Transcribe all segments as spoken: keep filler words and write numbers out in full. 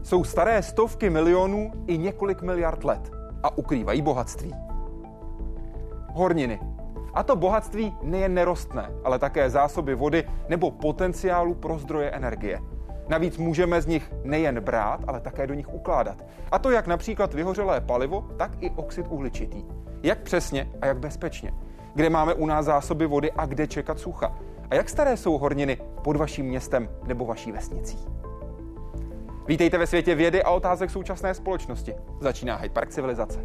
Jsou staré stovky milionů i několik miliard let a ukrývají bohatství. Horniny. A to bohatství nejen nerostné, ale také zásoby vody nebo potenciálu pro zdroje energie. Navíc můžeme z nich nejen brát, ale také do nich ukládat. A to jak například vyhořelé palivo, tak i oxid uhličitý. Jak přesně a jak bezpečně? Kde máme u nás zásoby vody a kde čekat sucha? A jak staré jsou horniny pod vaším městem nebo vaší vesnicí? Vítejte ve světě vědy a otázek současné společnosti. Začíná Hyde Park civilizace.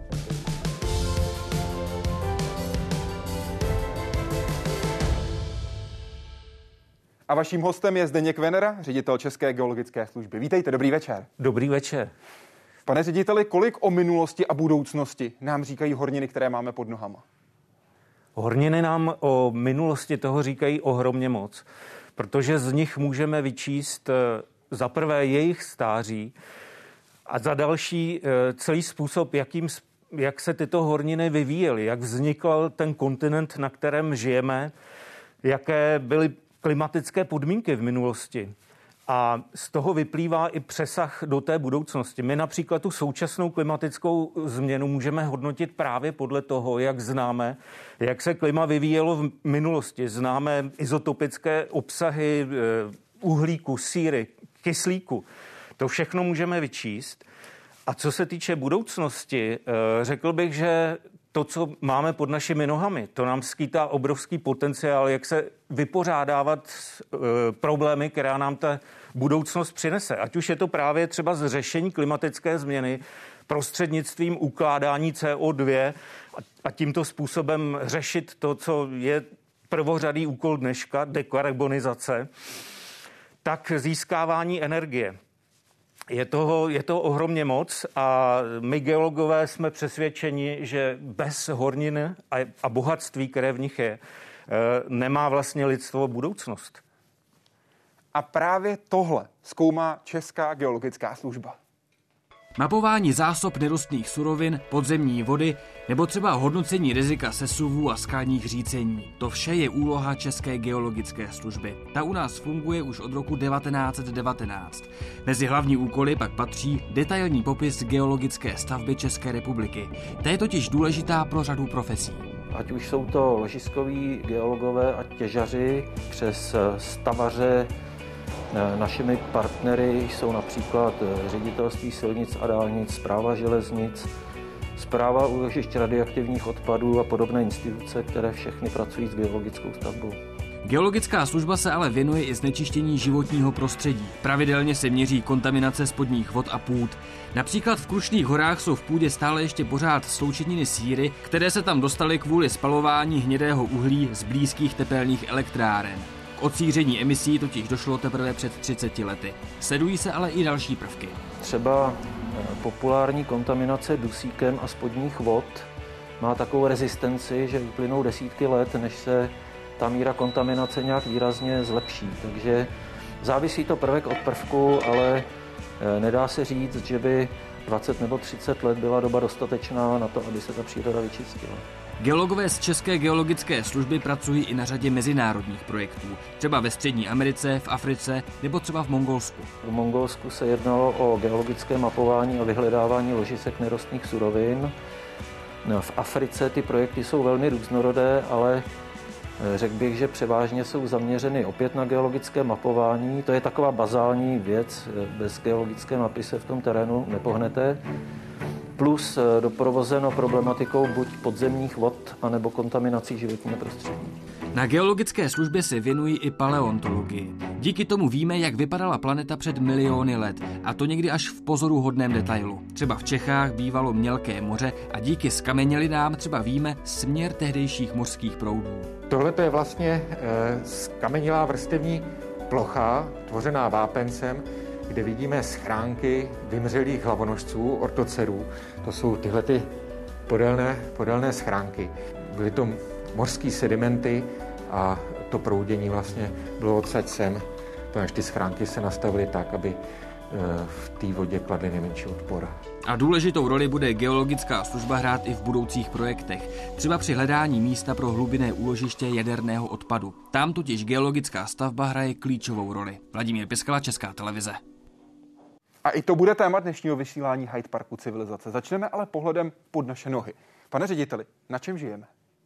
A vaším hostem je Zdeněk Venera, ředitel České geologické služby. Vítejte, dobrý večer. Dobrý večer. Pane řediteli, kolik o minulosti a budoucnosti nám říkají horniny, které máme pod nohama? Horniny nám o minulosti toho říkají ohromně moc, protože z nich můžeme vyčíst za prvé jejich stáří a za další celý způsob, jakým, jak se tyto horniny vyvíjely, jak vznikl ten kontinent, na kterém žijeme, jaké byly klimatické podmínky v minulosti. A z toho vyplývá i přesah do té budoucnosti. My například tu současnou klimatickou změnu můžeme hodnotit právě podle toho, jak známe, jak se klima vyvíjelo v minulosti. Známe izotopické obsahy uhlíku, síry, kyslíku. To všechno můžeme vyčíst. A co se týče budoucnosti, řekl bych, že to, co máme pod našimi nohami, to nám skýtá obrovský potenciál, jak se vypořádávat s e, problémy, která nám ta budoucnost přinese. Ať už je to právě třeba z řešení klimatické změny prostřednictvím ukládání C O dva a, a tímto způsobem řešit to, co je prvořadý úkol dneška, dekarbonizace, tak získávání energie. Je toho, je toho ohromně moc a my geologové jsme přesvědčeni, že bez hornin a, a bohatství, které v nich je, nemá vlastně lidstvo budoucnost. A právě tohle zkoumá Česká geologická služba. Mapování zásob nerostných surovin, podzemní vody nebo třeba hodnocení rizika sesuvů a skalních řícení. To vše je úloha České geologické služby. Ta u nás funguje už od roku devatenáct set devatenáct. Mezi hlavní úkoly pak patří detailní popis geologické stavby České republiky. Ta je totiž důležitá pro řadu profesí. Ať už jsou to ložiskoví geologové a těžaři přes stavaře. Našimi partnery jsou například Ředitelství silnic a dálnic, Správa železnic, Správa úložišť radioaktivních odpadů a podobné instituce, které všechny pracují s geologickou stavbou. Geologická služba se ale věnuje i znečištění životního prostředí. Pravidelně se měří kontaminace spodních vod a půd. Například v Krušných horách jsou v půdě stále ještě pořád sloučeniny síry, které se tam dostaly kvůli spalování hnědého uhlí z blízkých tepelných elektráren. K odsíření emisí totiž došlo teprve před třiceti lety. Sledují se ale i další prvky. Třeba populární kontaminace dusíkem a spodních vod má takovou rezistenci, že uplynou desítky let, než se ta míra kontaminace nějak výrazně zlepší. Takže závisí to prvek od prvku, ale nedá se říct, že by dvacet nebo třicet let byla doba dostatečná na to, aby se ta příroda vyčistila. Geologové z České geologické služby pracují i na řadě mezinárodních projektů, třeba ve Střední Americe, v Africe nebo třeba v Mongolsku. V Mongolsku se jednalo o geologické mapování a vyhledávání ložisek nerostných surovin. V Africe ty projekty jsou velmi různorodé, ale řekl bych, že převážně jsou zaměřeny opět na geologické mapování. To je taková bazální věc, bez geologické mapy se v tom terénu nepohnete. Plus doprovozeno problematikou buď podzemních vod, anebo kontaminací životního prostředí. Na geologické službě se věnují i paleontologii. Díky tomu víme, jak vypadala planeta před miliony let, a to někdy až v pozoruhodném detailu. Třeba v Čechách bývalo mělké moře a díky zkamenělinám třeba víme směr tehdejších mořských proudů. Tohle je vlastně e, skamenilá vrstevní plocha, tvořená vápencem, kde vidíme schránky vymřelých hlavonožců, ortocerů. To jsou tyhle ty podélné, podélné schránky. Byly to mořské sedimenty a to proudění vlastně bylo odsaď sem. Protože ty schránky se nastavily tak, aby v té vodě kladly nejmenší odpor. A důležitou roli bude geologická služba hrát i v budoucích projektech, třeba při hledání místa pro hlubinné úložiště jaderného odpadu. Tam totiž geologická stavba hraje klíčovou roli. Vladimír Piskala, Česká televize. A i to bude téma dnešního vysílání Hyde Parku civilizace. Začneme ale pohledem pod naše nohy. Pane řediteli, na čem žijeme?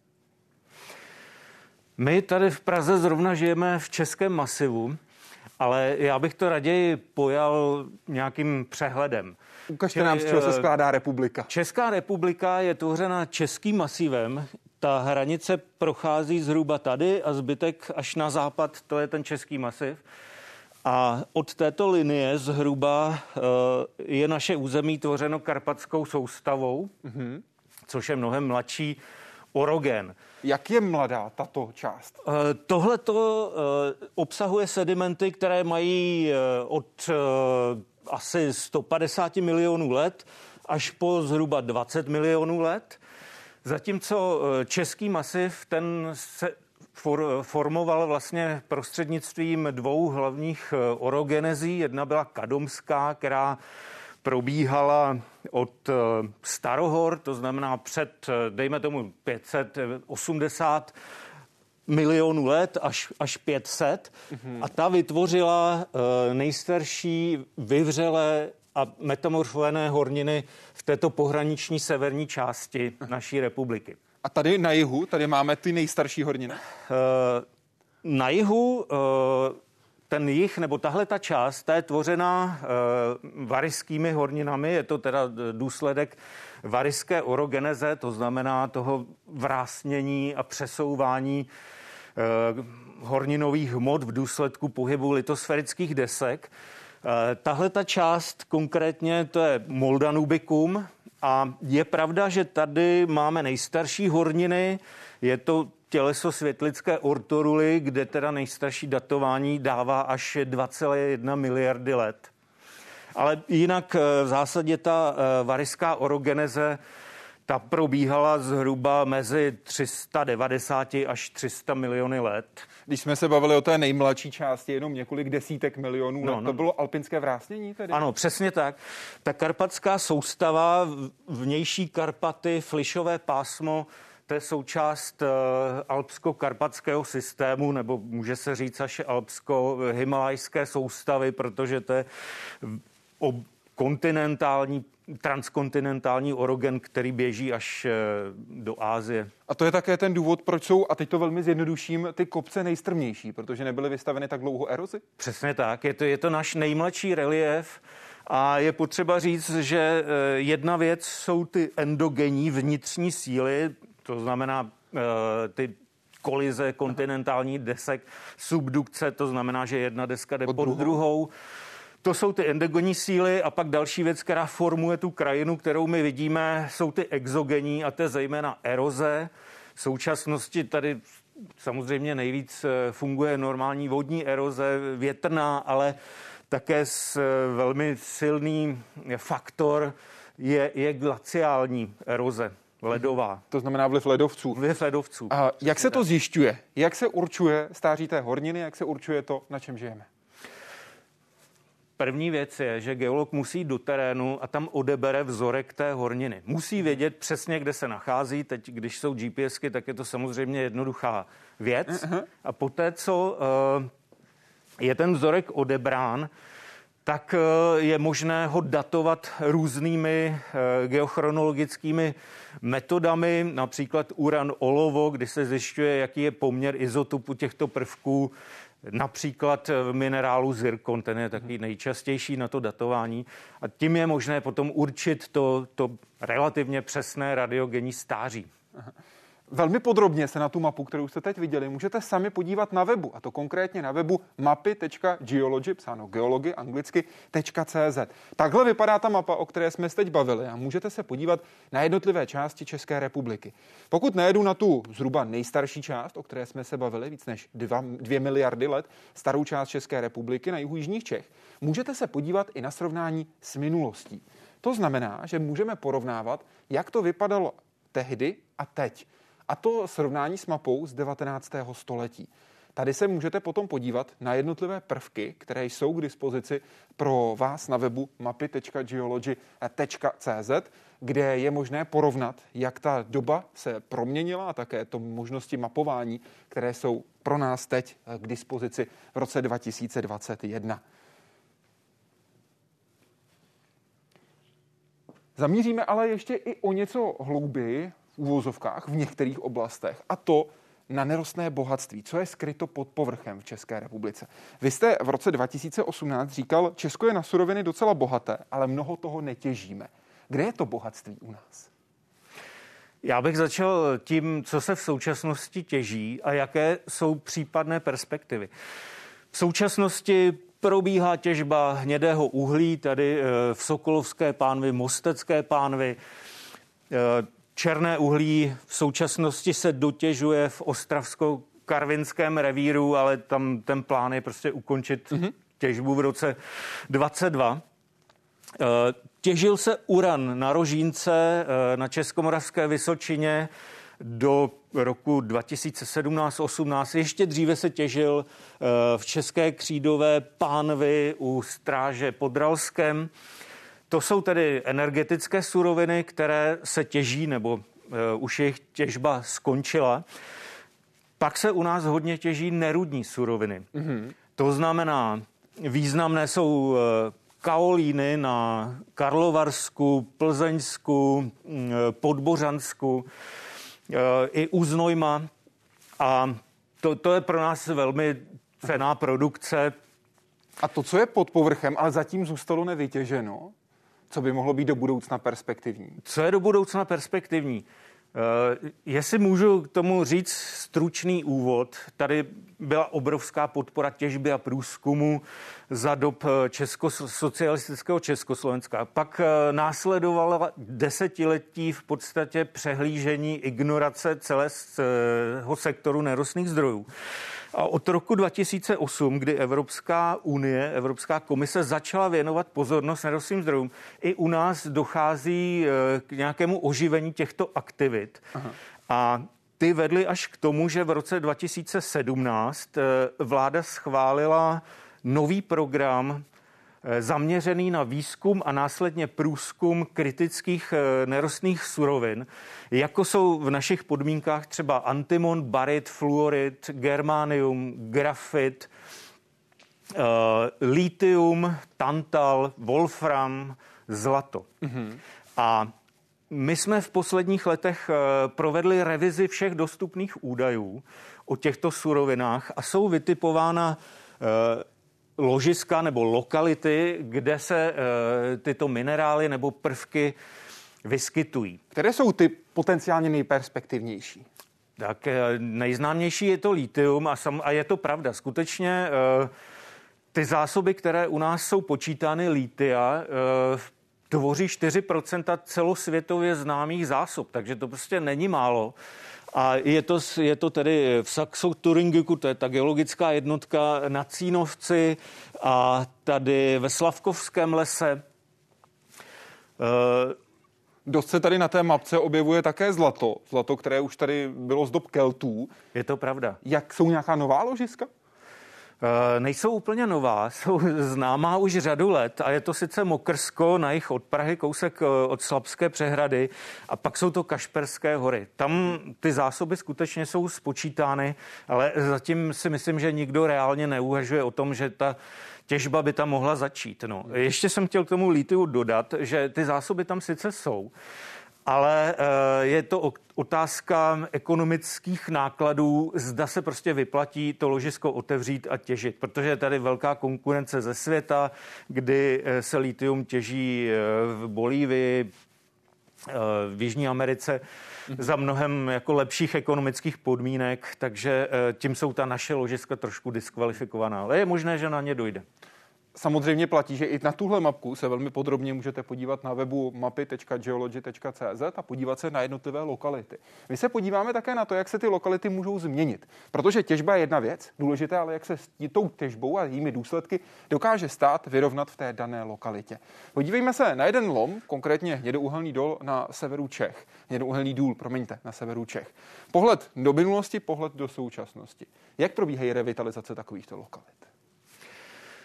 My tady v Praze zrovna žijeme v Českém masivu, ale já bych to raději pojal nějakým přehledem. Ukažte nám, z čeho se skládá republika. Česká republika je tvořena českým masivem. Ta hranice prochází zhruba tady a zbytek až na západ, to je ten český masiv. A od této linie zhruba je naše území tvořeno karpatskou soustavou, mm-hmm. což je mnohem mladší orogen. Jak je mladá tato část? Tohle to obsahuje sedimenty, které mají od asi sto padesát milionů let až po zhruba dvacet milionů let. Zatímco český masiv, ten se for, formoval vlastně prostřednictvím dvou hlavních orogenezí. Jedna byla kadomská, která probíhala od starohor, to znamená před, dejme tomu, pět set osmdesát milionů let až, až pět set. Mm-hmm. A ta vytvořila nejstarší vyvřelé a metamorfované horniny v této pohraniční severní části naší republiky. A tady na jihu, tady máme ty nejstarší horniny? Na jihu ten jih, nebo tahle ta část, ta je tvořená varyskými horninami, je to teda důsledek varyské orogeneze, to znamená toho vrásnění a přesouvání horninových hmot v důsledku pohybu litosférických desek. Tahle ta část konkrétně, to je Moldanubikum a je pravda, že tady máme nejstarší horniny, je to těleso světlické ortoruly, kde teda nejstarší datování dává až dva celé jedna miliardy let. Ale jinak v zásadě ta varyská orogeneze, ta probíhala zhruba mezi tři sta devadesát až tři sta miliony let. Když jsme se bavili o té nejmladší části, jenom několik desítek milionů let, no, no. To bylo alpinské vrásnění tedy? Ano, přesně tak. Ta karpatská soustava, vnější Karpaty, Flišové pásmo, to je součást uh, alpsko-karpatského systému, nebo může se říct až alpsko-himalajské soustavy, protože to je ob- kontinentální, transkontinentální orogen, který běží až do Asie. A to je také ten důvod, proč jsou, a teď to velmi zjednoduším, ty kopce nejstrmější, protože nebyly vystaveny tak dlouho erozi? Přesně tak. Je to, je to náš nejmladší reliéf a je potřeba říct, že jedna věc jsou ty endogenní vnitřní síly, to znamená ty kolize kontinentální desek, subdukce, to znamená, že jedna deska jde pod, pod druhou. druhou. To jsou ty endogenní síly a pak další věc, která formuje tu krajinu, kterou my vidíme, jsou ty exogenní a to je zejména eroze. V současnosti tady samozřejmě nejvíc funguje normální vodní eroze, větrná, ale také s velmi silný faktor je, je glaciální eroze. Ledová. To znamená vliv ledovců. Vliv ledovců. A jak se to zjišťuje? Jak se určuje stáří té horniny? Jak se určuje to, na čem žijeme? První věc je, že geolog musí jít do terénu a tam odebere vzorek té horniny. Musí vědět přesně, kde se nachází. Teď, když jsou GPSky, tak je to samozřejmě jednoduchá věc. Uh-huh. A poté, co uh, je ten vzorek odebrán, tak uh, je možné ho datovat různými uh, geochronologickými metodami, například uran-olovo, kdy se zjišťuje, jaký je poměr izotopu těchto prvků, například v minerálu zirkon, ten je takový nejčastější na to datování. A tím je možné potom určit to, to relativně přesné radiogenní stáří. Aha. Velmi podrobně se na tu mapu, kterou jste teď viděli, můžete sami podívat na webu, a to konkrétně na webu mapy tečka geology, psáno geology, anglicky, .cz. Takhle vypadá ta mapa, o které jsme se teď bavili, a můžete se podívat na jednotlivé části České republiky. Pokud nejedu na tu zhruba nejstarší část, o které jsme se bavili, víc než dva, dvě miliardy let, starou část České republiky na jihu jižních Čech, můžete se podívat i na srovnání s minulostí. To znamená, že můžeme porovnávat, jak to vypadalo tehdy a teď. A to srovnání s mapou z devatenáctého století. Tady se můžete potom podívat na jednotlivé prvky, které jsou k dispozici pro vás na webu mapy tečka geology tečka cz, kde je možné porovnat, jak ta doba se proměnila a také to možnosti mapování, které jsou pro nás teď k dispozici v roce dva tisíce dvacet jedna. Zamíříme ale ještě i o něco hlouběji v uvozovkách v některých oblastech, a to na nerostné bohatství, co je skryto pod povrchem v České republice. Vy jste v roce dva tisíce osmnáct říkal, Česko je na suroviny docela bohaté, ale mnoho toho netěžíme. Kde je to bohatství u nás? Já bych začal tím, co se v současnosti těží a jaké jsou případné perspektivy. V současnosti probíhá těžba hnědého uhlí tady v Sokolovské pánvi, Mostecké pánvi. Černé uhlí v současnosti se dotěžuje v Ostravsko-Karvinském revíru, ale tam ten plán je prostě ukončit mm-hmm. těžbu v roce dvacet dva. Těžil se uran na Rožínce na Českomoravské Vysočině do roku dva tisíce sedmnáct osmnáct. Ještě dříve se těžil v České křídové pánvi u Stráže pod Ralskem. To jsou tedy energetické suroviny, které se těží, nebo uh, už jejich těžba skončila. Pak se u nás hodně těží nerudní suroviny. Mm-hmm. To znamená, významné jsou uh, kaolíny na Karlovarsku, Plzeňsku, uh, Podbořansku, uh, i u Znojma. A to, to je pro nás velmi cenná produkce. A to, co je pod povrchem, ale zatím zůstalo nevytěženo, co by mohlo být do budoucna perspektivní? Co je do budoucna perspektivní? Uh, jestli můžu k tomu říct stručný úvod, tady byla obrovská podpora těžby a průzkumu za dob česko, socialistického Československa. Pak uh, následovala desetiletí v podstatě přehlížení, ignorace celého sektoru nerostných zdrojů. A od roku dva tisíce osm, kdy Evropská unie, Evropská komise začala věnovat pozornost nerostným zdrojům, i u nás dochází k nějakému oživení těchto aktivit. Aha. A ty vedly až k tomu, že v roce dva tisíce sedmnáct vláda schválila nový program zaměřený na výzkum a následně průzkum kritických nerostných surovin, jako jsou v našich podmínkách třeba antimon, barit, fluorid, germanium, grafit, uh, litium, tantal, wolfram, zlato. Mm-hmm. A my jsme v posledních letech provedli revizi všech dostupných údajů o těchto surovinách a jsou vytipována ložiska nebo lokality, kde se e, tyto minerály nebo prvky vyskytují. Které jsou ty potenciálně nejperspektivnější? Tak e, nejznámější je to litium a, sam, a je to pravda. Skutečně e, ty zásoby, které u nás jsou počítány litia, e, tvoří čtyři procenta celosvětově známých zásob, takže to prostě není málo. A je to, je to tedy v Saxo-Thuringiku, to je ta geologická jednotka, na Cínovci a tady ve Slavkovském lese. Dost se tady na té mapce objevuje také zlato. Zlato, které už tady bylo z dob Keltů. Je to pravda. Jak jsou nějaká nová ložiska? Nejsou úplně nová, jsou známá už řadu let a je to sice Mokrsko na jih od Prahy, kousek od Slabské přehrady a pak jsou to Kašperské hory. Tam ty zásoby skutečně jsou spočítány, ale zatím si myslím, že nikdo reálně neuvažuje o tom, že ta těžba by tam mohla začít. No. Ještě jsem chtěl k tomu litiu dodat, že ty zásoby tam sice jsou, ale je to otázka ekonomických nákladů, zda se prostě vyplatí to ložisko otevřít a těžit, protože je tady velká konkurence ze světa, kdy se litium těží v Bolívii, v Jižní Americe za mnohem jako lepších ekonomických podmínek, takže tím jsou ta naše ložiska trošku diskvalifikovaná, ale je možné, že na ně dojde. Samozřejmě platí, že i na tuhle mapku se velmi podrobně můžete podívat na webu mapy tečka geology tečka cé zet a podívat se na jednotlivé lokality. My se podíváme také na to, jak se ty lokality můžou změnit, protože těžba je jedna věc, důležité, ale jak se s tou těžbou a jejími důsledky dokáže stát vyrovnat v té dané lokalitě. Podívejme se na jeden lom, konkrétně hnědouhelný dol na severu Čech. Hnědouhelný důl, promiňte, na severu Čech. Pohled do minulosti, pohled do současnosti. Jak probíhají revitalizace takovýchto lokalit?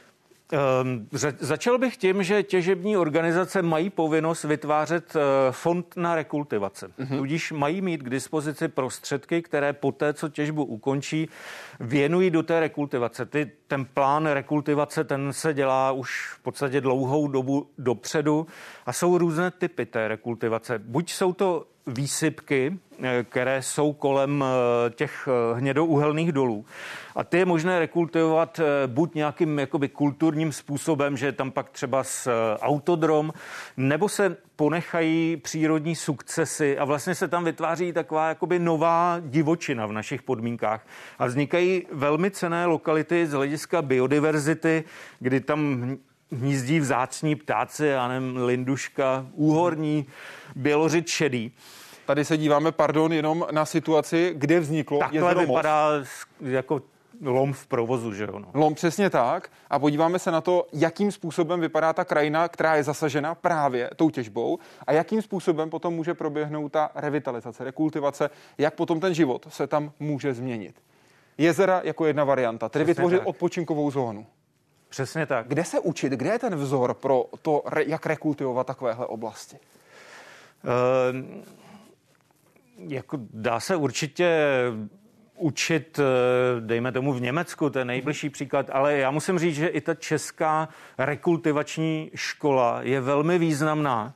Začal bych tím, že těžební organizace mají povinnost vytvářet fond na rekultivace. Mm-hmm. Tudíž mají mít k dispozici prostředky, které poté, co těžbu ukončí, věnují do té rekultivace. Ty, ten plán rekultivace, ten se dělá už v podstatě dlouhou dobu dopředu a jsou různé typy té rekultivace. Buď jsou to výsypky, které jsou kolem těch hnědouhelných dolů. A ty je možné rekultivovat buď nějakým jakoby kulturním způsobem, že je tam pak třeba s autodrom, nebo se ponechají přírodní sukcesy a vlastně se tam vytváří taková jakoby nová divočina v našich podmínkách. A vznikají velmi cenné lokality z hlediska biodiverzity, kdy tam hnízdí vzácní ptáci, já nevím, linduška, úhorní, bělořid šedý. Tady se díváme, pardon, jenom na situaci, kde vzniklo Takhle jezero Most. vypadá jako lom v provozu, že jo? No. Lom, přesně tak. A podíváme se na to, jakým způsobem vypadá ta krajina, která je zasažena právě tou těžbou a jakým způsobem potom může proběhnout ta revitalizace, rekultivace, jak potom ten život se tam může změnit. Jezera jako jedna varianta, tedy Přesně vytvořit tak. odpočinkovou zónu. Přesně tak. Kde se učit? Kde je ten vzor pro to, jak rekultivovat takovéhle oblasti? Uh, jako dá se určitě učit, dejme tomu v Německu, to je nejbližší příklad, ale já musím říct, že i ta česká rekultivační škola je velmi významná.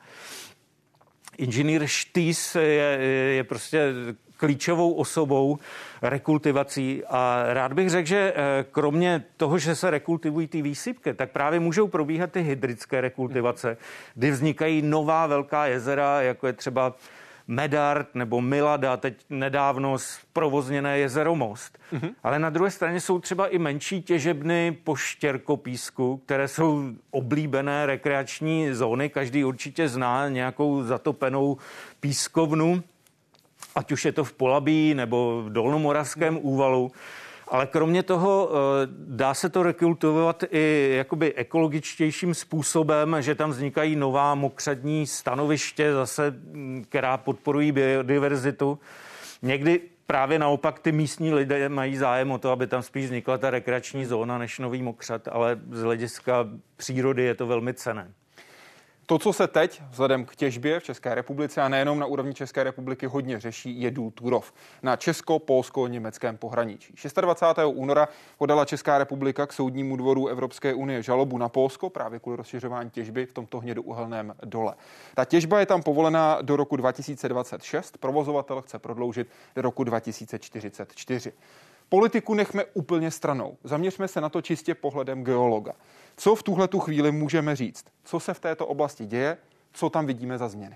Inženýr Štýs je, je prostě klíčovou osobou rekultivací a rád bych řekl, že kromě toho, že se rekultivují ty výsypky, tak právě můžou probíhat ty hydrické rekultivace, kdy vznikají nová velká jezera, jako je třeba Medard nebo Milada, teď nedávno zprovozněné jezero Most. Mm-hmm. Ale na druhé straně jsou třeba i menší těžebny po štěrkopísku, které jsou oblíbené rekreační zóny. Každý určitě zná nějakou zatopenou pískovnu, ať už je to v Polabí nebo v Dolnomoravském úvalu. Ale kromě toho dá se to rekultivovat i jakoby ekologičtějším způsobem, že tam vznikají nová mokřadní stanoviště, zase, která podporují biodiverzitu. Někdy právě naopak ty místní lidé mají zájem o to, aby tam spíš vznikla ta rekreační zóna než nový mokřad, ale z hlediska přírody je to velmi cenné. To, co se teď vzhledem k těžbě v České republice a nejenom na úrovni České republiky hodně řeší, je důl Turów na česko-polsko-německém pohraničí. dvacátého šestého února podala Česká republika k soudnímu dvoru Evropské unie žalobu na Polsko právě kvůli rozšiřování těžby v tomto hnědouhelném dole. Ta těžba je tam povolená do roku dva tisíce dvacet šest, provozovatel chce prodloužit do roku dva tisíce čtyřicet čtyři. Politiku nechme úplně stranou. Zaměřme se na to čistě pohledem geologa. Co v tuhletu chvíli můžeme říct? Co se v této oblasti děje? Co tam vidíme za změny?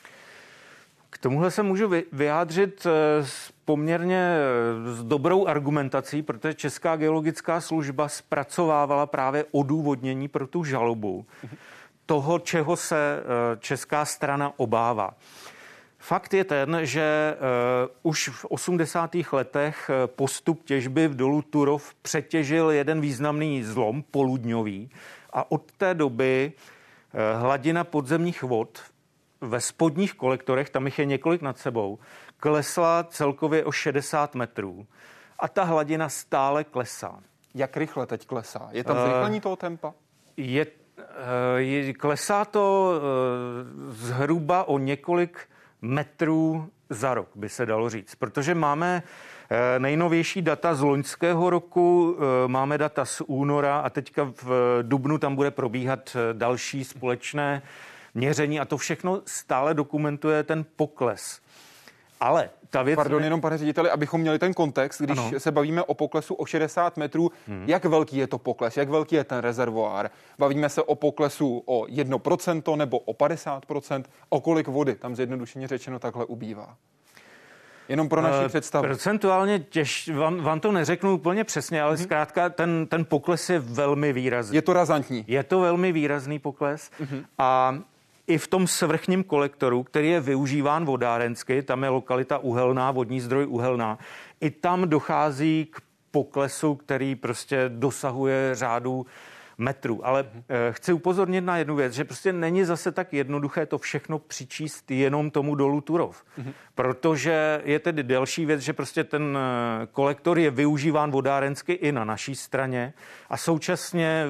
K tomuhle se můžu vyjádřit s poměrně s dobrou argumentací, protože Česká geologická služba zpracovávala právě odůvodnění pro tu žalobu toho, čeho se česká strana obává. Fakt je ten, že uh, už v osmdesátých letech postup těžby v dolu Turów přetěžil jeden významný zlom, poludňový, a od té doby uh, hladina podzemních vod ve spodních kolektorech, tam jich je několik nad sebou, klesla celkově o šedesát metrů. A ta hladina stále klesá. Jak rychle teď klesá? Je tam zrychlení toho tempa? Je, uh, je, klesá to uh, zhruba o několik metrů za rok, by se dalo říct. Protože máme nejnovější data z loňského roku, máme data z února a teďka v dubnu tam bude probíhat další společné měření a to všechno stále dokumentuje ten pokles. Ale ta věc... Pardon, jenom pane řediteli, abychom měli ten kontext, když ano. se bavíme o poklesu o šedesát metrů, hmm. jak velký je to pokles, jak velký je ten rezervoár? Bavíme se o poklesu o jedno procento nebo o padesát procent, o kolik vody tam zjednodušeně řečeno takhle ubývá? Jenom pro naši uh, představu. Procentuálně těž, vám, vám to neřeknu úplně přesně, ale hmm. zkrátka ten, ten pokles je velmi výrazný. Je to razantní. Je to velmi výrazný pokles hmm. a i v tom svrchním kolektoru, který je využíván vodárensky, tam je lokalita Uhelná, vodní zdroj Uhelná, i tam dochází k poklesu, který prostě dosahuje řádu metrů. Ale mm. eh, chci upozornit na jednu věc, že prostě není zase tak jednoduché to všechno přičíst jenom tomu dolu Turów. Mm. Protože je tedy další věc, že prostě ten kolektor je využíván vodárensky i na naší straně a současně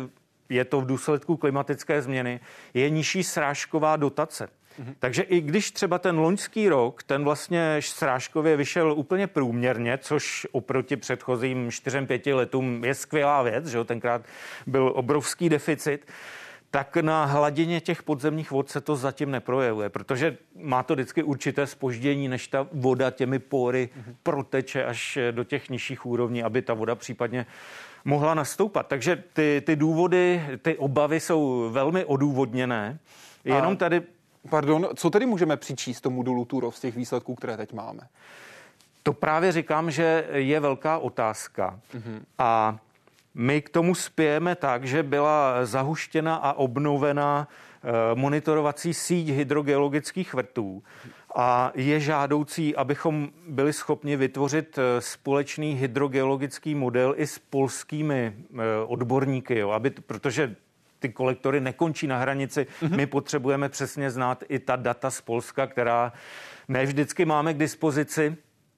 je to v důsledku klimatické změny, je nižší srážková dotace. Mm-hmm. Takže i když třeba ten loňský rok, ten vlastně srážkově vyšel úplně průměrně, což oproti předchozím čtyřem, pěti letům je skvělá věc, že jo, tenkrát byl obrovský deficit, tak na hladině těch podzemních vod se to zatím neprojevuje, protože má to vždycky určité zpoždění, než ta voda těmi pory mm-hmm. proteče až do těch nižších úrovní, aby ta voda případně mohla nastoupat. Takže ty, ty důvody, ty obavy jsou velmi odůvodněné. Jenom tady... Pardon, co tedy můžeme přičíst tomu dolu Turów z těch výsledků, které teď máme? To právě říkám, že je velká otázka. Mm-hmm. A my k tomu spějeme tak, že byla zahuštěna a obnovena monitorovací síť hydrogeologických vrtů a je žádoucí, abychom byli schopni vytvořit společný hydrogeologický model i s polskými odborníky, jo, aby, protože ty kolektory nekončí na hranici. Mm-hmm. My potřebujeme přesně znát i ta data z Polska, která ne vždycky máme k dispozici.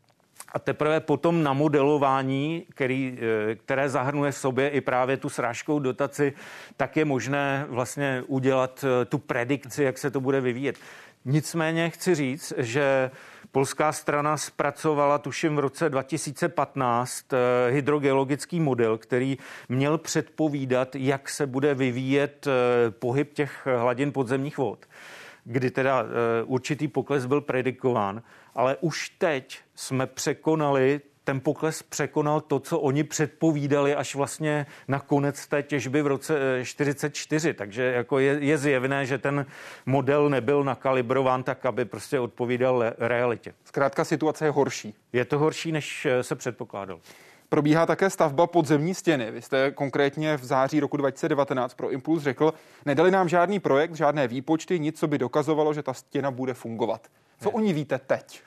A teprve potom na modelování, který, které zahrnuje v sobě i právě tu srážkovou dotaci, tak je možné vlastně udělat tu predikci, jak se to bude vyvíjet. Nicméně chci říct, že polská strana zpracovala, tuším v roce dva tisíce patnáct, hydrogeologický model, který měl předpovídat, jak se bude vyvíjet pohyb těch hladin podzemních vod, kdy teda určitý pokles byl predikován, ale už teď jsme překonali, ten pokles překonal to, co oni předpovídali až vlastně na konec té těžby v roce čtyřicet čtyři. Takže jako je, je zjevné, že ten model nebyl nakalibrován tak, aby prostě odpovídal realitě. Zkrátka situace je horší. Je to horší, než se předpokládalo. Probíhá také stavba podzemní stěny. Vy jste konkrétně v září roku dva tisíce devatenáct pro Impuls řekl, nedali nám žádný projekt, žádné výpočty, nic, co by dokazovalo, že ta stěna bude fungovat. Co o ní víte teď?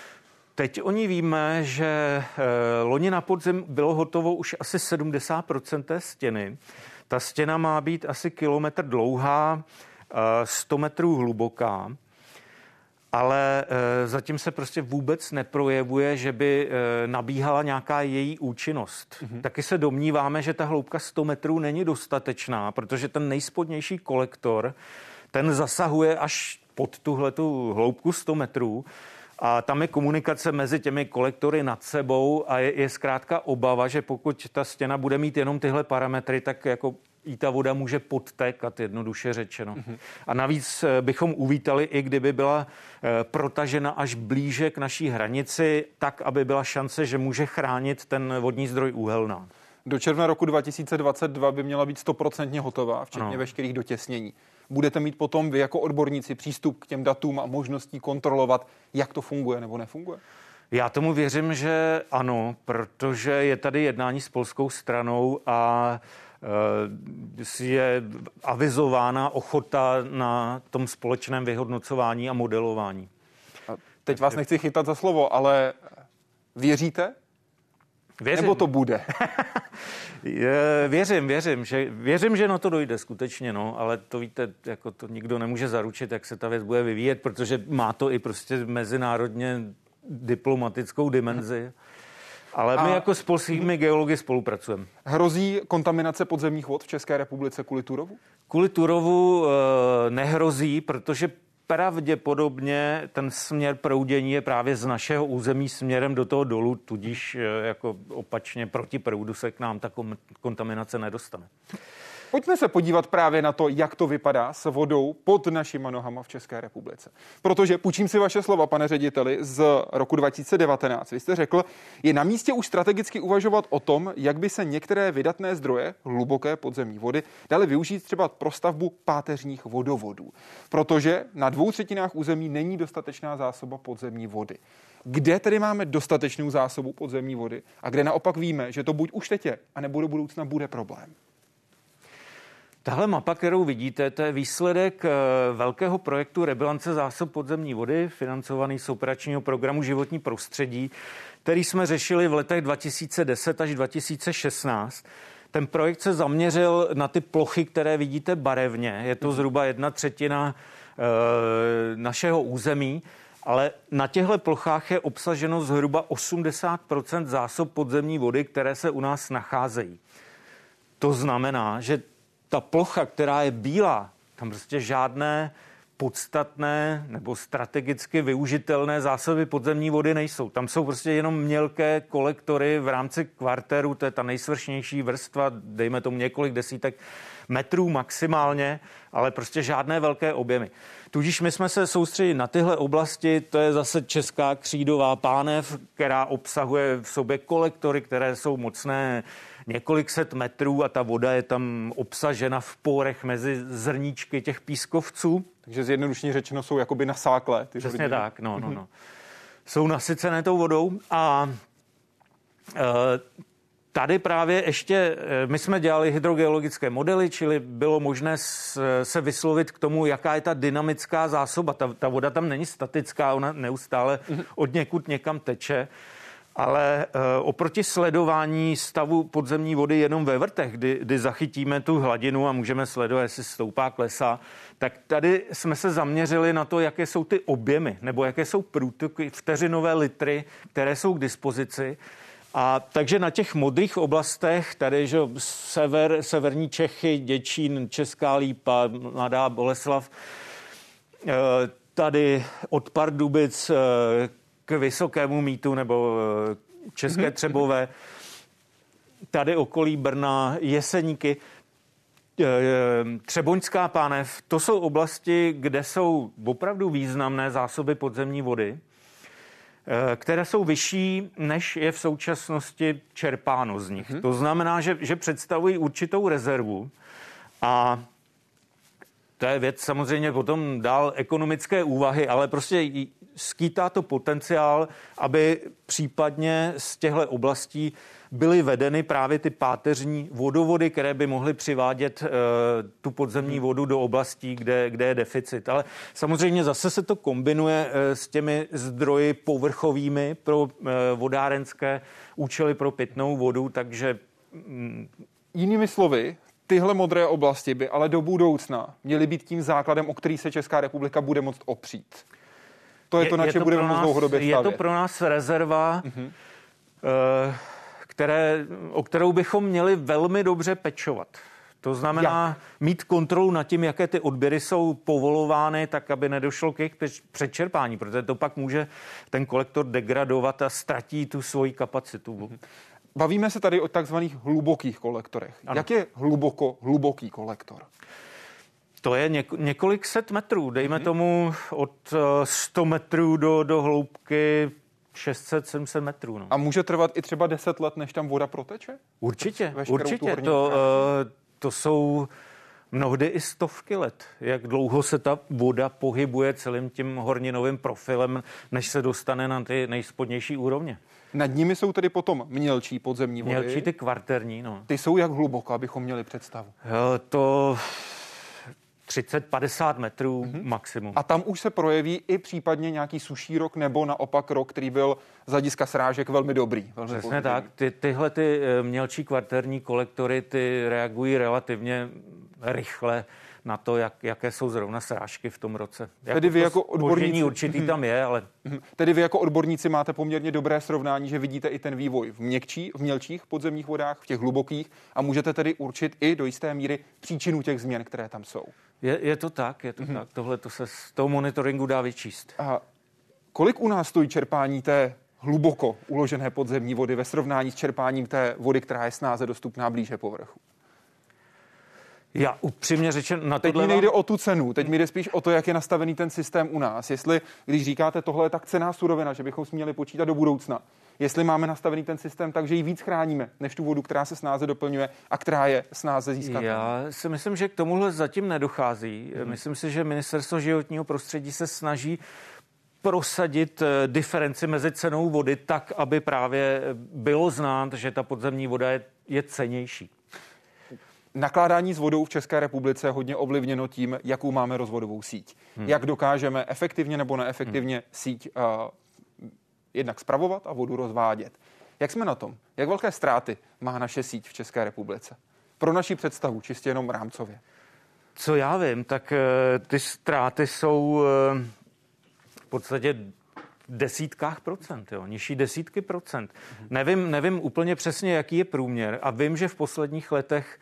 Teď o ní víme, že e, loni na podzim bylo hotovo už asi sedmdesát procent té stěny. Ta stěna má být asi kilometr dlouhá, e, sto metrů hluboká, ale e, zatím se prostě vůbec neprojevuje, že by e, nabíhala nějaká její účinnost. Mm-hmm. Taky se domníváme, že ta hloubka sto metrů není dostatečná, protože ten nejspodnější kolektor, ten zasahuje až pod tuhletu hloubku sto metrů a tam je komunikace mezi těmi kolektory nad sebou a je, je zkrátka obava, že pokud ta stěna bude mít jenom tyhle parametry, tak jako i ta voda může podtékat, jednoduše řečeno. Mm-hmm. A navíc bychom uvítali, i kdyby byla protažena až blíže k naší hranici, tak, aby byla šance, že může chránit ten vodní zdroj Úhelná. Do června roku dva tisíce dvacet dva by měla být stoprocentně hotová, včetně no. veškerých dotěsnění. Budete mít potom vy jako odborníci přístup k těm datům a možností kontrolovat, jak to funguje nebo nefunguje? Já tomu věřím, že ano, protože je tady jednání s polskou stranou a je avizována ochota na tom společném vyhodnocování a modelování. A teď vás nechci chytat za slovo, ale věříte? Věřím. Nebo to bude? věřím, věřím, že věřím, že na to dojde skutečně, no, ale to víte, jako to nikdo nemůže zaručit, jak se ta věc bude vyvíjet, protože má to i prostě mezinárodně diplomatickou dimenzi. Ale my a jako s polskými geology spolupracujeme. Hrozí kontaminace podzemních vod v České republice kvůli Turovu? Kvůli Turovu e, nehrozí, protože pravděpodobně ten směr proudění je právě z našeho území směrem do toho dolu, tudíž e, jako opačně proti proudu se k nám ta kontaminace nedostane. Pojďme se podívat právě na to, jak to vypadá s vodou pod našima nohama v České republice. Protože, půjčím si vaše slova, pane řediteli, z roku dva tisíce devatenáct. Vy jste řekl, je na místě už strategicky uvažovat o tom, jak by se některé vydatné zdroje hluboké podzemní vody daly využít třeba pro stavbu páteřních vodovodů. Protože na dvou třetinách území není dostatečná zásoba podzemní vody. Kde tedy máme dostatečnou zásobu podzemní vody a kde naopak víme, že to buď už teď je, anebo do budoucna bude problém? Tahle mapa, kterou vidíte, to je výsledek velkého projektu rebilance zásob podzemní vody, financovaný z operačního programu Životní prostředí, který jsme řešili v letech dva tisíce deset až dva tisíce šestnáct. Ten projekt se zaměřil na ty plochy, které vidíte barevně. Je to zhruba jedna třetina e, našeho území, ale na těchto plochách je obsaženo zhruba osmdesát procent zásob podzemní vody, které se u nás nacházejí. To znamená, že ta plocha, která je bílá, tam prostě žádné podstatné nebo strategicky využitelné zásoby podzemní vody nejsou. Tam jsou prostě jenom mělké kolektory v rámci kvartéru, to je ta nejsvršnější vrstva, dejme tomu několik desítek metrů maximálně, ale prostě žádné velké objemy. Tudíž my jsme se soustředili na tyhle oblasti, to je zase česká křídová pánev, která obsahuje v sobě kolektory, které jsou mocné několik set metrů a ta voda je tam obsažena v pórech mezi zrníčky těch pískovců. Takže zjednodušeně řečeno jsou jakoby nasáklé. Ty Přesně tak, no, no, no. Jsou nasycené tou vodou a e, tady právě ještě, my jsme dělali hydrogeologické modely, čili bylo možné se vyslovit k tomu, jaká je ta dynamická zásoba. Ta, ta voda tam není statická, ona neustále od někud někam teče, ale oproti sledování stavu podzemní vody jenom ve vrtech, kdy, kdy zachytíme tu hladinu a můžeme sledovat, jestli stoupá, klesá, tak tady jsme se zaměřili na to, jaké jsou ty objemy, nebo jaké jsou průtoky, vteřinové litry, které jsou k dispozici. A takže na těch modrých oblastech, tady že sever, severní Čechy, Děčín, Česká Lípa, Mladá Boleslav, tady od Pardubic k Vysokému Mýtu nebo České Třebové, tady okolí Brna, Jeseníky, Třeboňská pánev, to jsou oblasti, kde jsou opravdu významné zásoby podzemní vody, které jsou vyšší, než je v současnosti čerpáno z nich. Hmm. To znamená, že, že představují určitou rezervu a to je věc samozřejmě potom dál ekonomické úvahy, ale prostě skýtá to potenciál, aby případně z těchto oblastí byly vedeny právě ty páteřní vodovody, které by mohly přivádět e, tu podzemní vodu do oblastí, kde, kde je deficit. Ale samozřejmě zase se to kombinuje e, s těmi zdroji povrchovými pro e, vodárenské účely pro pitnou vodu, takže... Mm, Jinými slovy, tyhle modré oblasti by ale do budoucna měly být tím základem, o který se Česká republika bude moct opřít. To je, je to, na čem budeme moct dlouhodobě stavět. Je to pro nás rezerva, uh-huh. e, které, o kterou bychom měli velmi dobře pečovat. To znamená Jak? mít kontrolu nad tím, jaké ty odběry jsou povolovány, tak aby nedošlo k jejich předčerpání, protože to pak může ten kolektor degradovat a ztratí tu svoji kapacitu. Bavíme se tady o takzvaných hlubokých kolektorech. Ano. Jak je hluboko hluboký kolektor? To je něk- několik set metrů, dejme hmm. tomu od sto metrů do, do hloubky šest set sedm set metrů. No. A může trvat i třeba deset let, než tam voda proteče? Určitě, určitě. To, uh, to jsou mnohdy i stovky let, jak dlouho se ta voda pohybuje celým tím horninovým profilem, než se dostane na ty nejspodnější úrovně. Nad nimi jsou tedy potom mělčí podzemní vody. Mělčí ty kvarterní, no. Ty jsou jak hluboko, abychom měli představu? Jo, to... třicet padesát metrů mm-hmm. maximum. A tam už se projeví i případně nějaký suší rok nebo naopak rok, který byl z hlediska srážek velmi dobrý. Velmi Přesně pozitivní. Tak. Ty, tyhle ty mělčí kvartérní kolektory, ty reagují relativně rychle na to, jak, jaké jsou zrovna srážky v tom roce. Tedy vy jako odborníci... určitý tam je, ale... Tedy vy jako odborníci máte poměrně dobré srovnání, že vidíte i ten vývoj v měkčí, v mělčích podzemních vodách, v těch hlubokých a můžete tedy určit i do jisté míry příčinu těch změn, které tam jsou. Je, je to tak, je to mm-hmm. tak. Tohle to se z toho monitoringu dá vyčíst. A kolik u nás stojí čerpání té hluboko uložené podzemní vody ve srovnání s čerpáním té vody, která je snáze dostupná blíže povrchu? Já upřímně řečeno na Teď mi nejde o tu cenu, teď mi jde spíš o to, jak je nastavený ten systém u nás. Jestli, když říkáte, tohle je tak cenná surovina, že bychom si měli počítat do budoucna, jestli máme nastavený ten systém tak, že ji víc chráníme, než tu vodu, která se snáze doplňuje a která je snáze získat. Já si myslím, že k tomuhle zatím nedochází. Hmm. Myslím si, že Ministerstvo životního prostředí se snaží prosadit diferenci mezi cenou vody tak, aby právě bylo znát, že ta podzemní voda je, je cennější. Nakládání s vodou v České republice je hodně ovlivněno tím, jakou máme rozvodovou síť. Hmm. Jak dokážeme efektivně nebo neefektivně hmm. síť uh, jednak spravovat a vodu rozvádět. Jak jsme na tom? Jak velké ztráty má naše síť v České republice? Pro naši představu, čistě jenom rámcově. Co já vím, tak uh, ty ztráty jsou uh, v podstatě v desítkách procent, jo, nižší desítky procent. Hmm. Nevím, nevím úplně přesně, jaký je průměr a vím, že v posledních letech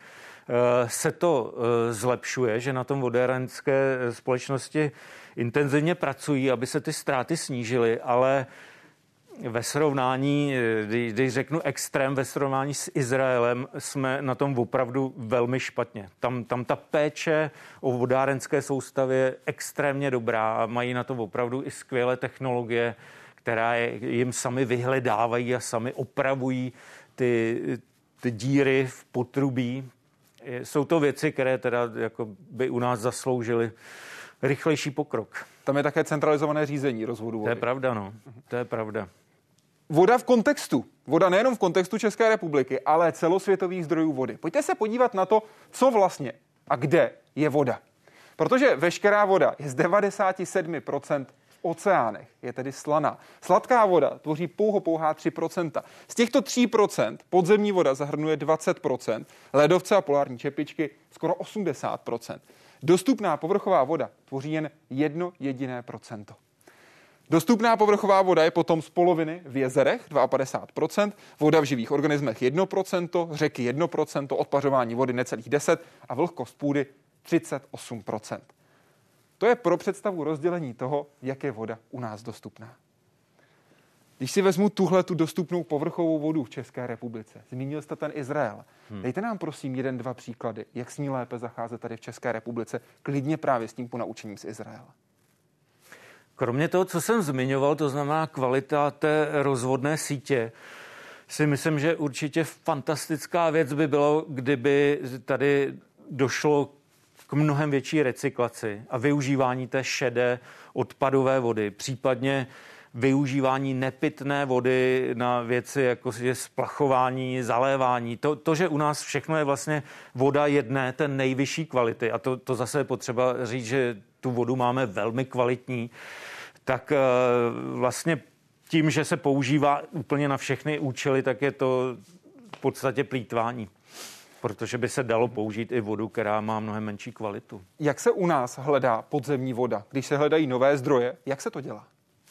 se to zlepšuje, že na tom vodárenské společnosti intenzivně pracují, aby se ty ztráty snížily, ale ve srovnání, když řeknu extrém, ve srovnání s Izraelem jsme na tom opravdu velmi špatně. Tam, tam ta péče o vodárenské soustavy je extrémně dobrá a mají na to opravdu i skvělé technologie, která jim sami vyhledávají a sami opravují ty, ty díry v potrubí. Jsou to věci, které teda jako by u nás zasloužily rychlejší pokrok. Tam je také centralizované řízení rozvodu vody. To je pravda, no. To je pravda. Voda v kontextu. Voda nejenom v kontextu České republiky, ale celosvětových zdrojů vody. Pojďte se podívat na to, co vlastně a kde je voda. Protože veškerá voda je z devadesát sedm procent v oceánech, je tedy slaná. Sladká voda tvoří pouho pouhá tři procenta. Z těchto tří procent podzemní voda zahrnuje dvacet procent, ledovce a polární čepičky skoro osmdesát procent. Dostupná povrchová voda tvoří jen jedno jediné procento. Dostupná povrchová voda je potom z poloviny v jezerech padesát dva procent, voda v živých organismech jedno procento, řeky jedno procento, odpařování vody necelých deset procent a vlhkost půdy třicet osm procent. To je pro představu rozdělení toho, jak je voda u nás dostupná. Když si vezmu tuhle tu dostupnou povrchovou vodu v České republice, zmínil jste ten Izrael. Hmm. Dejte nám prosím jeden, dva příklady, jak s ní lépe zacházet tady v České republice, klidně právě s tím ponaučením z Izraela. Kromě toho, co jsem zmiňoval, to znamená kvalita té rozvodné sítě, si myslím, že určitě fantastická věc by bylo, kdyby tady došlo k mnohem větší recyklaci a využívání té šedé odpadové vody, případně využívání nepitné vody na věci, jako je splachování, zalévání. To, to, že u nás všechno je vlastně voda jedné, ten nejvyšší kvality, a to, to zase je potřeba říct, že tu vodu máme velmi kvalitní, tak vlastně tím, že se používá úplně na všechny účely, tak je to v podstatě plýtvání. Protože by se dalo použít i vodu, která má mnohem menší kvalitu. Jak se u nás hledá podzemní voda? Když se hledají nové zdroje, jak se to dělá?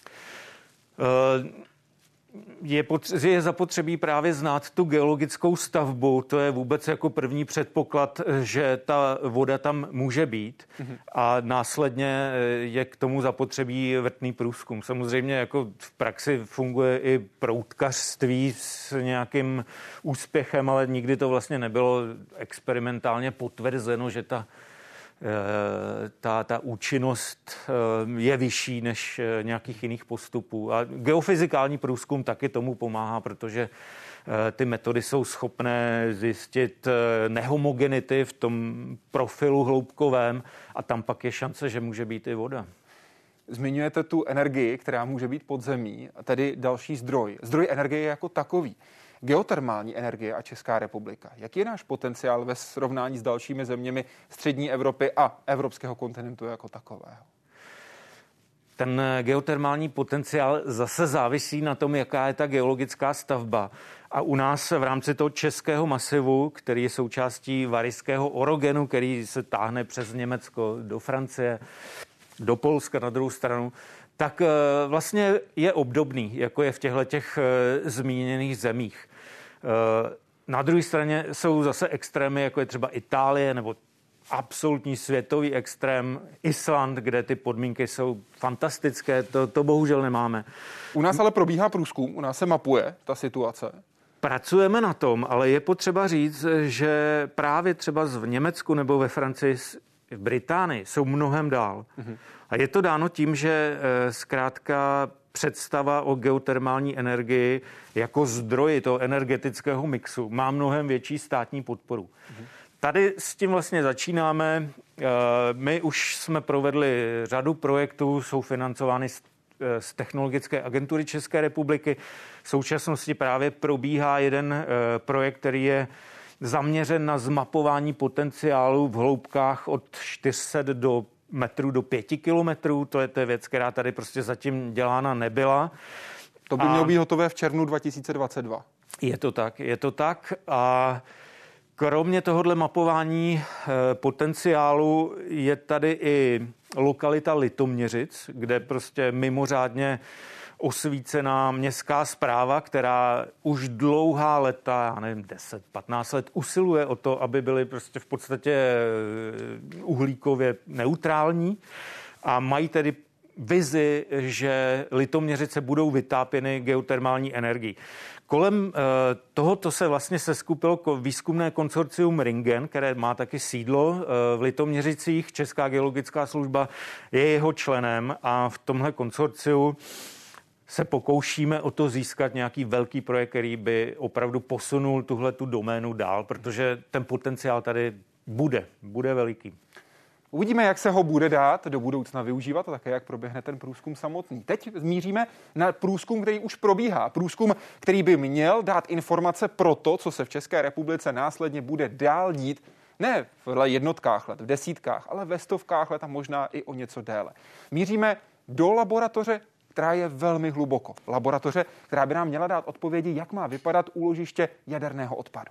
Uh, Je, potře- je zapotřebí právě znát tu geologickou stavbu, to je vůbec jako první předpoklad, že ta voda tam může být mm-hmm. a následně je k tomu zapotřebí vrtný průzkum. Samozřejmě jako v praxi funguje i proutkařství s nějakým úspěchem, ale nikdy to vlastně nebylo experimentálně potvrzeno, že ta Ta, ta účinnost je vyšší než nějakých jiných postupů. A geofyzikální průzkum taky tomu pomáhá, protože ty metody jsou schopné zjistit nehomogenity v tom profilu hloubkovém a tam pak je šance, že může být i voda. Zmiňujete tu energii, která může být podzemní, a tedy další zdroj. Zdroj energie jako takový. Geotermální energie a Česká republika. Jaký je náš potenciál ve srovnání s dalšími zeměmi střední Evropy a evropského kontinentu jako takového? Ten geotermální potenciál zase závisí na tom, jaká je ta geologická stavba. A u nás v rámci toho českého masivu, který je součástí varyského orogenu, který se táhne přes Německo do Francie, do Polska na druhou stranu, tak vlastně je obdobný, jako je v těchto těch zmíněných zemích. Na druhé straně jsou zase extrémy, jako je třeba Itálie nebo absolutní světový extrém Island, kde ty podmínky jsou fantastické. To, to bohužel nemáme. U nás ale probíhá průzkum, u nás se mapuje ta situace. Pracujeme na tom, ale je potřeba říct, že právě třeba v Německu nebo ve Francii, v Británii jsou mnohem dál. Mhm. A je to dáno tím, že zkrátka představa o geotermální energii jako zdroji toho energetického mixu má mnohem větší státní podporu. Mhm. Tady s tím vlastně začínáme. My už jsme provedli řadu projektů, jsou financovány z Technologické agentury České republiky. V současnosti právě probíhá jeden projekt, který je zaměřen na zmapování potenciálu v hloubkách od čtyři sta do metrů do pěti kilometrů. To je ta věc, která tady prostě zatím dělána nebyla. To by mělo být hotové v červnu dva tisíce dvacet dva. Je to tak, je to tak. A kromě tohohle mapování e, potenciálu je tady i lokalita Litoměřic, kde prostě mimořádně osvícená městská správa, která už dlouhá léta, já nevím, deset patnáct let usiluje o to, aby byly prostě v podstatě uhlíkově neutrální a mají tedy vizi, že Litoměřice budou vytápěny geotermální energií. Kolem tohoto se vlastně seskupilo výzkumné konsorcium Ringen, které má taky sídlo v Litoměřicích. Česká geologická služba je jeho členem a v tomhle konsorciu se pokoušíme o to získat nějaký velký projekt, který by opravdu posunul tuhle tu doménu dál, protože ten potenciál tady bude, bude veliký. Uvidíme, jak se ho bude dát do budoucna využívat a také, jak proběhne ten průzkum samotný. Teď zmíříme na průzkum, který už probíhá. Průzkum, který by měl dát informace pro to, co se v České republice následně bude dál dít, ne v jednotkách let, v desítkách, ale ve stovkách let a možná i o něco déle. Míříme do laboratoře, která je velmi hluboko. Laboratoře, která by nám měla dát odpovědi, jak má vypadat úložiště jaderného odpadu.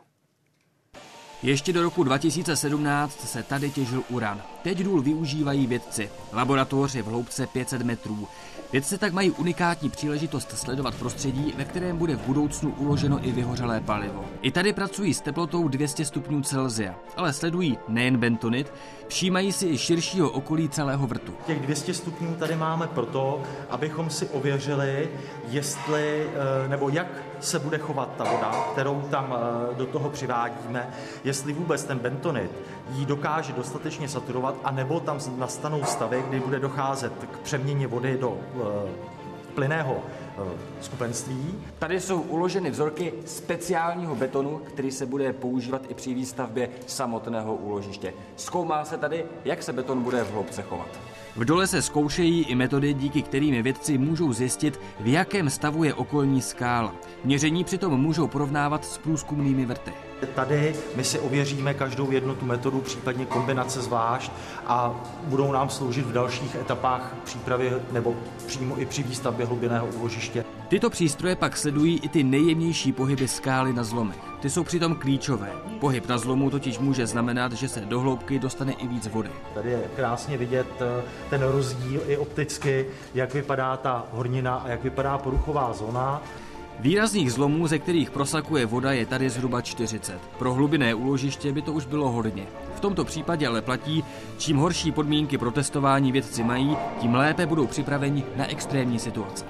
Ještě do roku dva tisíce sedmnáct se tady těžil uran. Teď důl využívají vědci. Laboratoř je v hloubce pět set metrů. Vědci tak mají unikátní příležitost sledovat prostředí, ve kterém bude v budoucnu uloženo i vyhořelé palivo. I tady pracují s teplotou dvě stě stupňů Celsia, ale sledují nejen bentonit, všímají si i širšího okolí celého vrtu. Těch dvě stě stupňů tady máme proto, abychom si ověřili, jestli nebo jak se bude chovat ta voda, kterou tam do toho přivádíme, jestli vůbec ten bentonit ji dokáže dostatečně saturovat, anebo tam nastanou stavy, kdy bude docházet k přeměně vody do plynného skupenství. Tady jsou uloženy vzorky speciálního betonu, který se bude používat i při výstavbě samotného úložiště. Zkoumá se tady, jak se beton bude v hloubce chovat. V dole se zkoušejí i metody, díky kterým vědci můžou zjistit, v jakém stavu je okolní skála. Měření přitom můžou porovnávat s průzkumnými vrty. Tady my si ověříme každou jednu tu metodu, případně kombinace zvlášť a budou nám sloužit v dalších etapách přípravy nebo přímo i při výstavbě hlubinného úložiště. Tyto přístroje pak sledují i ty nejjemnější pohyby skály na zlomech. Ty jsou přitom klíčové. Pohyb na zlomu totiž může znamenat, že se do hloubky dostane i víc vody. Tady je krásně vidět ten rozdíl i opticky, jak vypadá ta hornina a jak vypadá poruchová zóna. Výrazných zlomů, ze kterých prosakuje voda, je tady zhruba čtyřicet. Pro hlubinné úložiště by to už bylo hodně. V tomto případě ale platí, čím horší podmínky pro testování vědci mají, tím lépe budou připraveni na extrémní situace.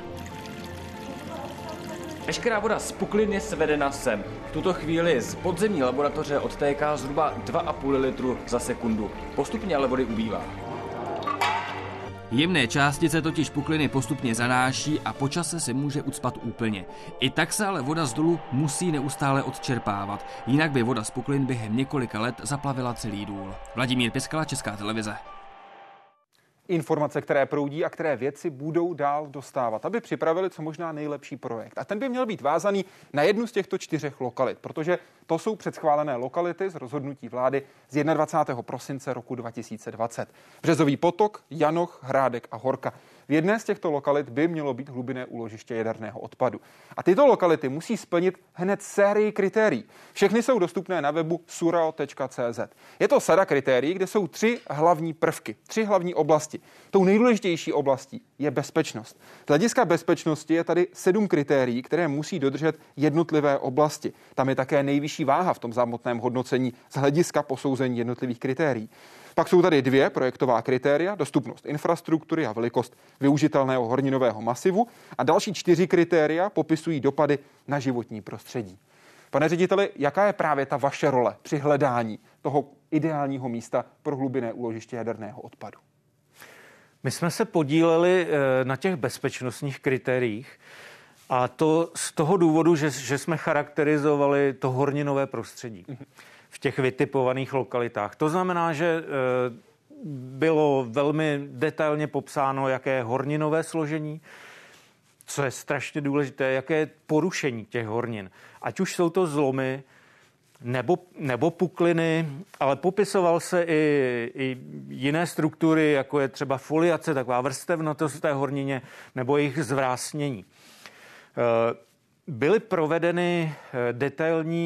Veškerá voda z puklin je svedena sem. V tuto chvíli z podzemní laboratoře odtéká zhruba dva a půl litru za sekundu. Postupně ale vody ubývá. Jemné částice totiž pukliny postupně zanáší a po čase se může ucpat úplně. I tak se ale voda z dolu musí neustále odčerpávat, jinak by voda z puklin během několika let zaplavila celý důl. Vladimír Piskala, Česká televize. Informace, které proudí a které vědci budou dál dostávat, aby připravili co možná nejlepší projekt. A ten by měl být vázaný na jednu z těchto čtyřech lokalit, protože to jsou předschválené lokality z rozhodnutí vlády z dvacátého prvního prosince roku dva tisíce dvacet. Březový potok, Janoch, Hrádek a Horka. V jedné z těchto lokalit by mělo být hlubinné úložiště jaderného odpadu. A tyto lokality musí splnit hned sérii kritérií. Všechny jsou dostupné na webu surao tečka cé zet. Je to sada kritérií, kde jsou tři hlavní prvky, tři hlavní oblasti. Tou nejdůležitější oblastí je bezpečnost. Z hlediska bezpečnosti je tady sedm kritérií, které musí dodržet jednotlivé oblasti. Tam je také nejvyšší váha v tom samotném hodnocení z hlediska posouzení jednotlivých kritérií. Pak jsou tady dvě projektová kritéria, dostupnost infrastruktury a velikost využitelného horninového masivu a další čtyři kritéria popisují dopady na životní prostředí. Pane řediteli, jaká je právě ta vaše role při hledání toho ideálního místa pro hlubinné úložiště jaderného odpadu? My jsme se podíleli na těch bezpečnostních kritériích a to z toho důvodu, že, že jsme charakterizovali to horninové prostředí v těch vytipovaných lokalitách. To znamená, že bylo velmi detailně popsáno, jaké je horninové složení, co je strašně důležité, jaké je porušení těch hornin. Ať už jsou to zlomy, Nebo, nebo pukliny, ale popisoval se i, i jiné struktury, jako je třeba foliace, taková vrstevnatost v té hornině, nebo jejich zvrásnění. Byly provedeny detailní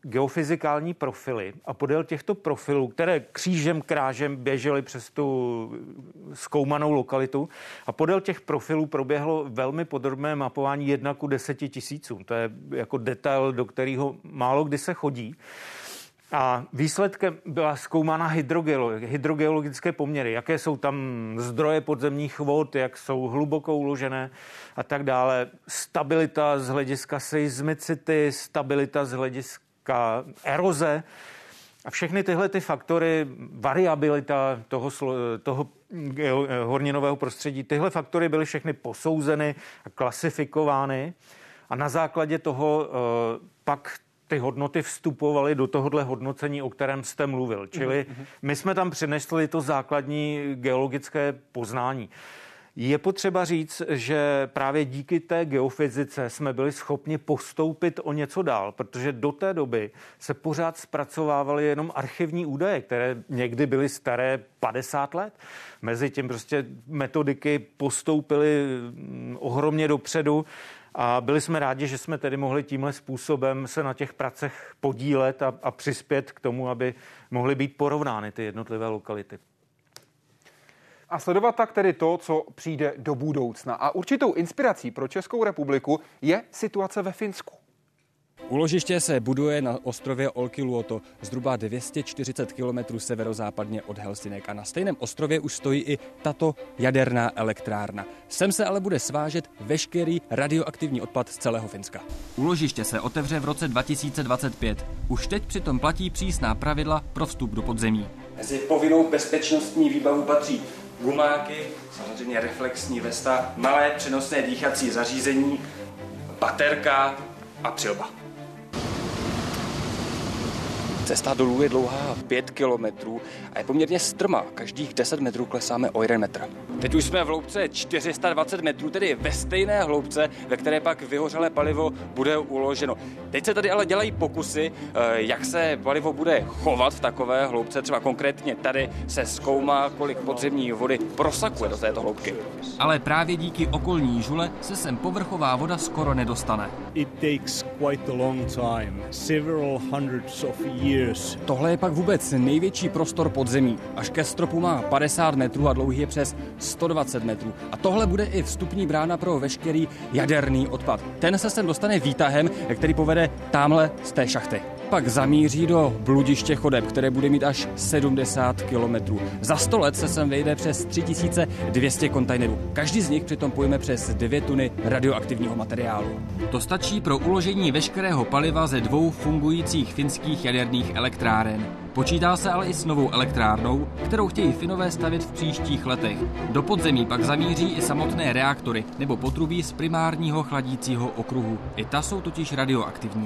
geofyzikální profily a podél těchto profilů, které křížem krážem běžely přes tu zkoumanou lokalitu a podél těch profilů proběhlo velmi podrobné mapování jedna ku deseti tisícům. To je jako detail, do kterého málo kdy se chodí. A výsledkem byla zkoumána hydrogeologie, hydrogeologické poměry, jaké jsou tam zdroje podzemních vod, jak jsou hluboko uložené a tak dále. Stabilita z hlediska seismicity, stabilita z hlediska eroze a všechny tyhle ty faktory, variabilita toho, toho horninového prostředí, tyhle faktory byly všechny posouzeny a klasifikovány a na základě toho uh, pak ty hodnoty vstupovaly do tohohle hodnocení, o kterém jste mluvil. Čili my jsme tam přinesli to základní geologické poznání. Je potřeba říct, že právě díky té geofyzice jsme byli schopni postoupit o něco dál, protože do té doby se pořád zpracovávaly jenom archivní údaje, které někdy byly staré padesát let. Mezi tím prostě metodiky postoupily ohromně dopředu. A byli jsme rádi, že jsme tedy mohli tímhle způsobem se na těch pracech podílet a, a přispět k tomu, aby mohly být porovnány ty jednotlivé lokality. A sledovat tak tedy to, co přijde do budoucna. A určitou inspirací pro Českou republiku je situace ve Finsku. Úložiště se buduje na ostrově Olkiluoto, zhruba dvě stě čtyřicet kilometrů severozápadně od Helsinek a na stejném ostrově už stojí i tato jaderná elektrárna. Sem se ale bude svážet veškerý radioaktivní odpad z celého Finska. Úložiště se otevře v roce dva tisíce dvacet pět. Už teď přitom platí přísná pravidla pro vstup do podzemí. Mezi povinnou bezpečnostní výbavu patří gumáky, samozřejmě reflexní vesta, malé přenosné dýchací zařízení, baterka a přilba. Cesta dolů je dlouhá pět kilometrů a je poměrně strmá. Každých deset metrů klesáme o jeden metr. Teď už jsme v hloubce čtyři sta dvacet metrů, tedy ve stejné hloubce, ve které pak vyhořelé palivo bude uloženo. Teď se tady ale dělají pokusy, jak se palivo bude chovat v takové hloubce. Třeba konkrétně tady se zkoumá, kolik podzemní vody prosakuje do této hloubky. Ale právě díky okolní žule se sem povrchová voda skoro nedostane. It takes quite a long time, several hundreds of years. Tohle je pak vůbec největší prostor podzemí. Až ke stropu má padesát metrů a dlouhý je přes sto dvacet metrů. A tohle bude i vstupní brána pro veškerý jaderný odpad. Ten se sem dostane výtahem, který povede tamhle z té šachty. Pak zamíří do bludiště chodeb, které bude mít až sedmdesát kilometrů. Za sto let se sem vejde přes tři tisíce dvě stě kontejnerů. Každý z nich přitom pojme přes dvě tuny radioaktivního materiálu. To stačí pro uložení veškerého paliva ze dvou fungujících finských jaderných elektráren. Počítá se ale i s novou elektrárnou, kterou chtějí Finové stavět v příštích letech. Do podzemí pak zamíří i samotné reaktory nebo potrubí z primárního chladícího okruhu. I ta jsou totiž radioaktivní.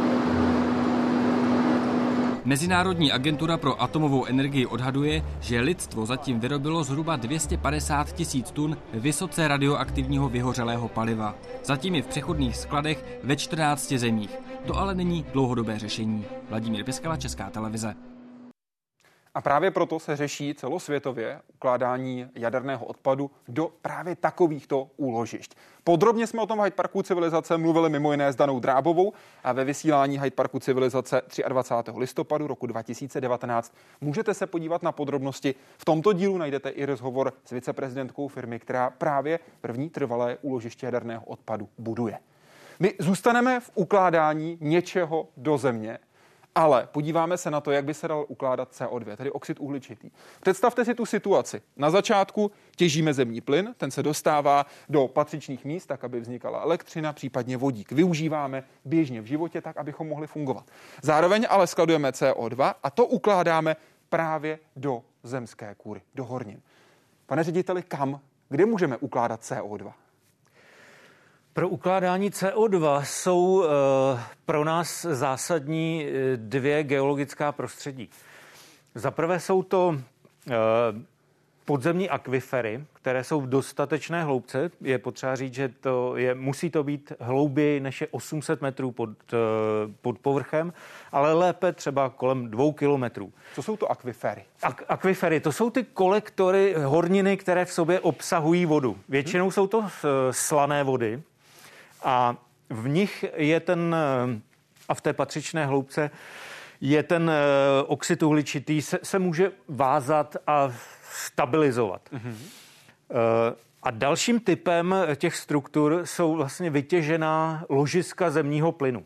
Mezinárodní agentura pro atomovou energii odhaduje, že lidstvo zatím vyrobilo zhruba dvě stě padesát tisíc tun vysoce radioaktivního vyhořelého paliva. Zatím je v přechodných skladech ve čtrnácti zemích. To ale není dlouhodobé řešení. Vladimír Piskala, Česká televize. A právě proto se řeší celosvětově ukládání jaderného odpadu do právě takovýchto úložišť. Podrobně jsme o tom v Hyde Parku civilizace mluvili mimo jiné s Danou Drábovou a ve vysílání Hyde Parku civilizace dvacátého třetího listopadu roku dva tisíce devatenáct můžete se podívat na podrobnosti. V tomto dílu najdete i rozhovor s viceprezidentkou firmy, která právě první trvalé úložiště jaderného odpadu buduje. My zůstaneme v ukládání něčeho do země, ale podíváme se na to, jak by se dal ukládat C O dva, tedy oxid uhličitý. Představte si tu situaci. Na začátku těžíme zemní plyn, ten se dostává do patřičných míst, tak aby vznikala elektřina, případně vodík. Využíváme běžně v životě tak, abychom mohli fungovat. Zároveň ale skladujeme C O dva a to ukládáme právě do zemské kůry, do hornin. Pane řediteli, kam, kde můžeme ukládat C O dva? Pro ukládání C O dva jsou e, pro nás zásadní dvě geologická prostředí. Za prvé jsou to e, podzemní akvifery, které jsou v dostatečné hloubce. Je potřeba říct, že to je, musí to být hlouběji než je osm set metrů pod, e, pod povrchem, ale lépe třeba kolem dvou kilometrů. Co jsou to akvifery? Ak- akvifery, to jsou ty kolektory horniny, které v sobě obsahují vodu. Většinou hmm. jsou to slané vody. A v nich je ten a v té patřičné hloubce je ten oxid uhličitý, se, se může vázat a stabilizovat. Mm-hmm. A dalším typem těch struktur jsou vlastně vytěžená ložiska zemního plynu.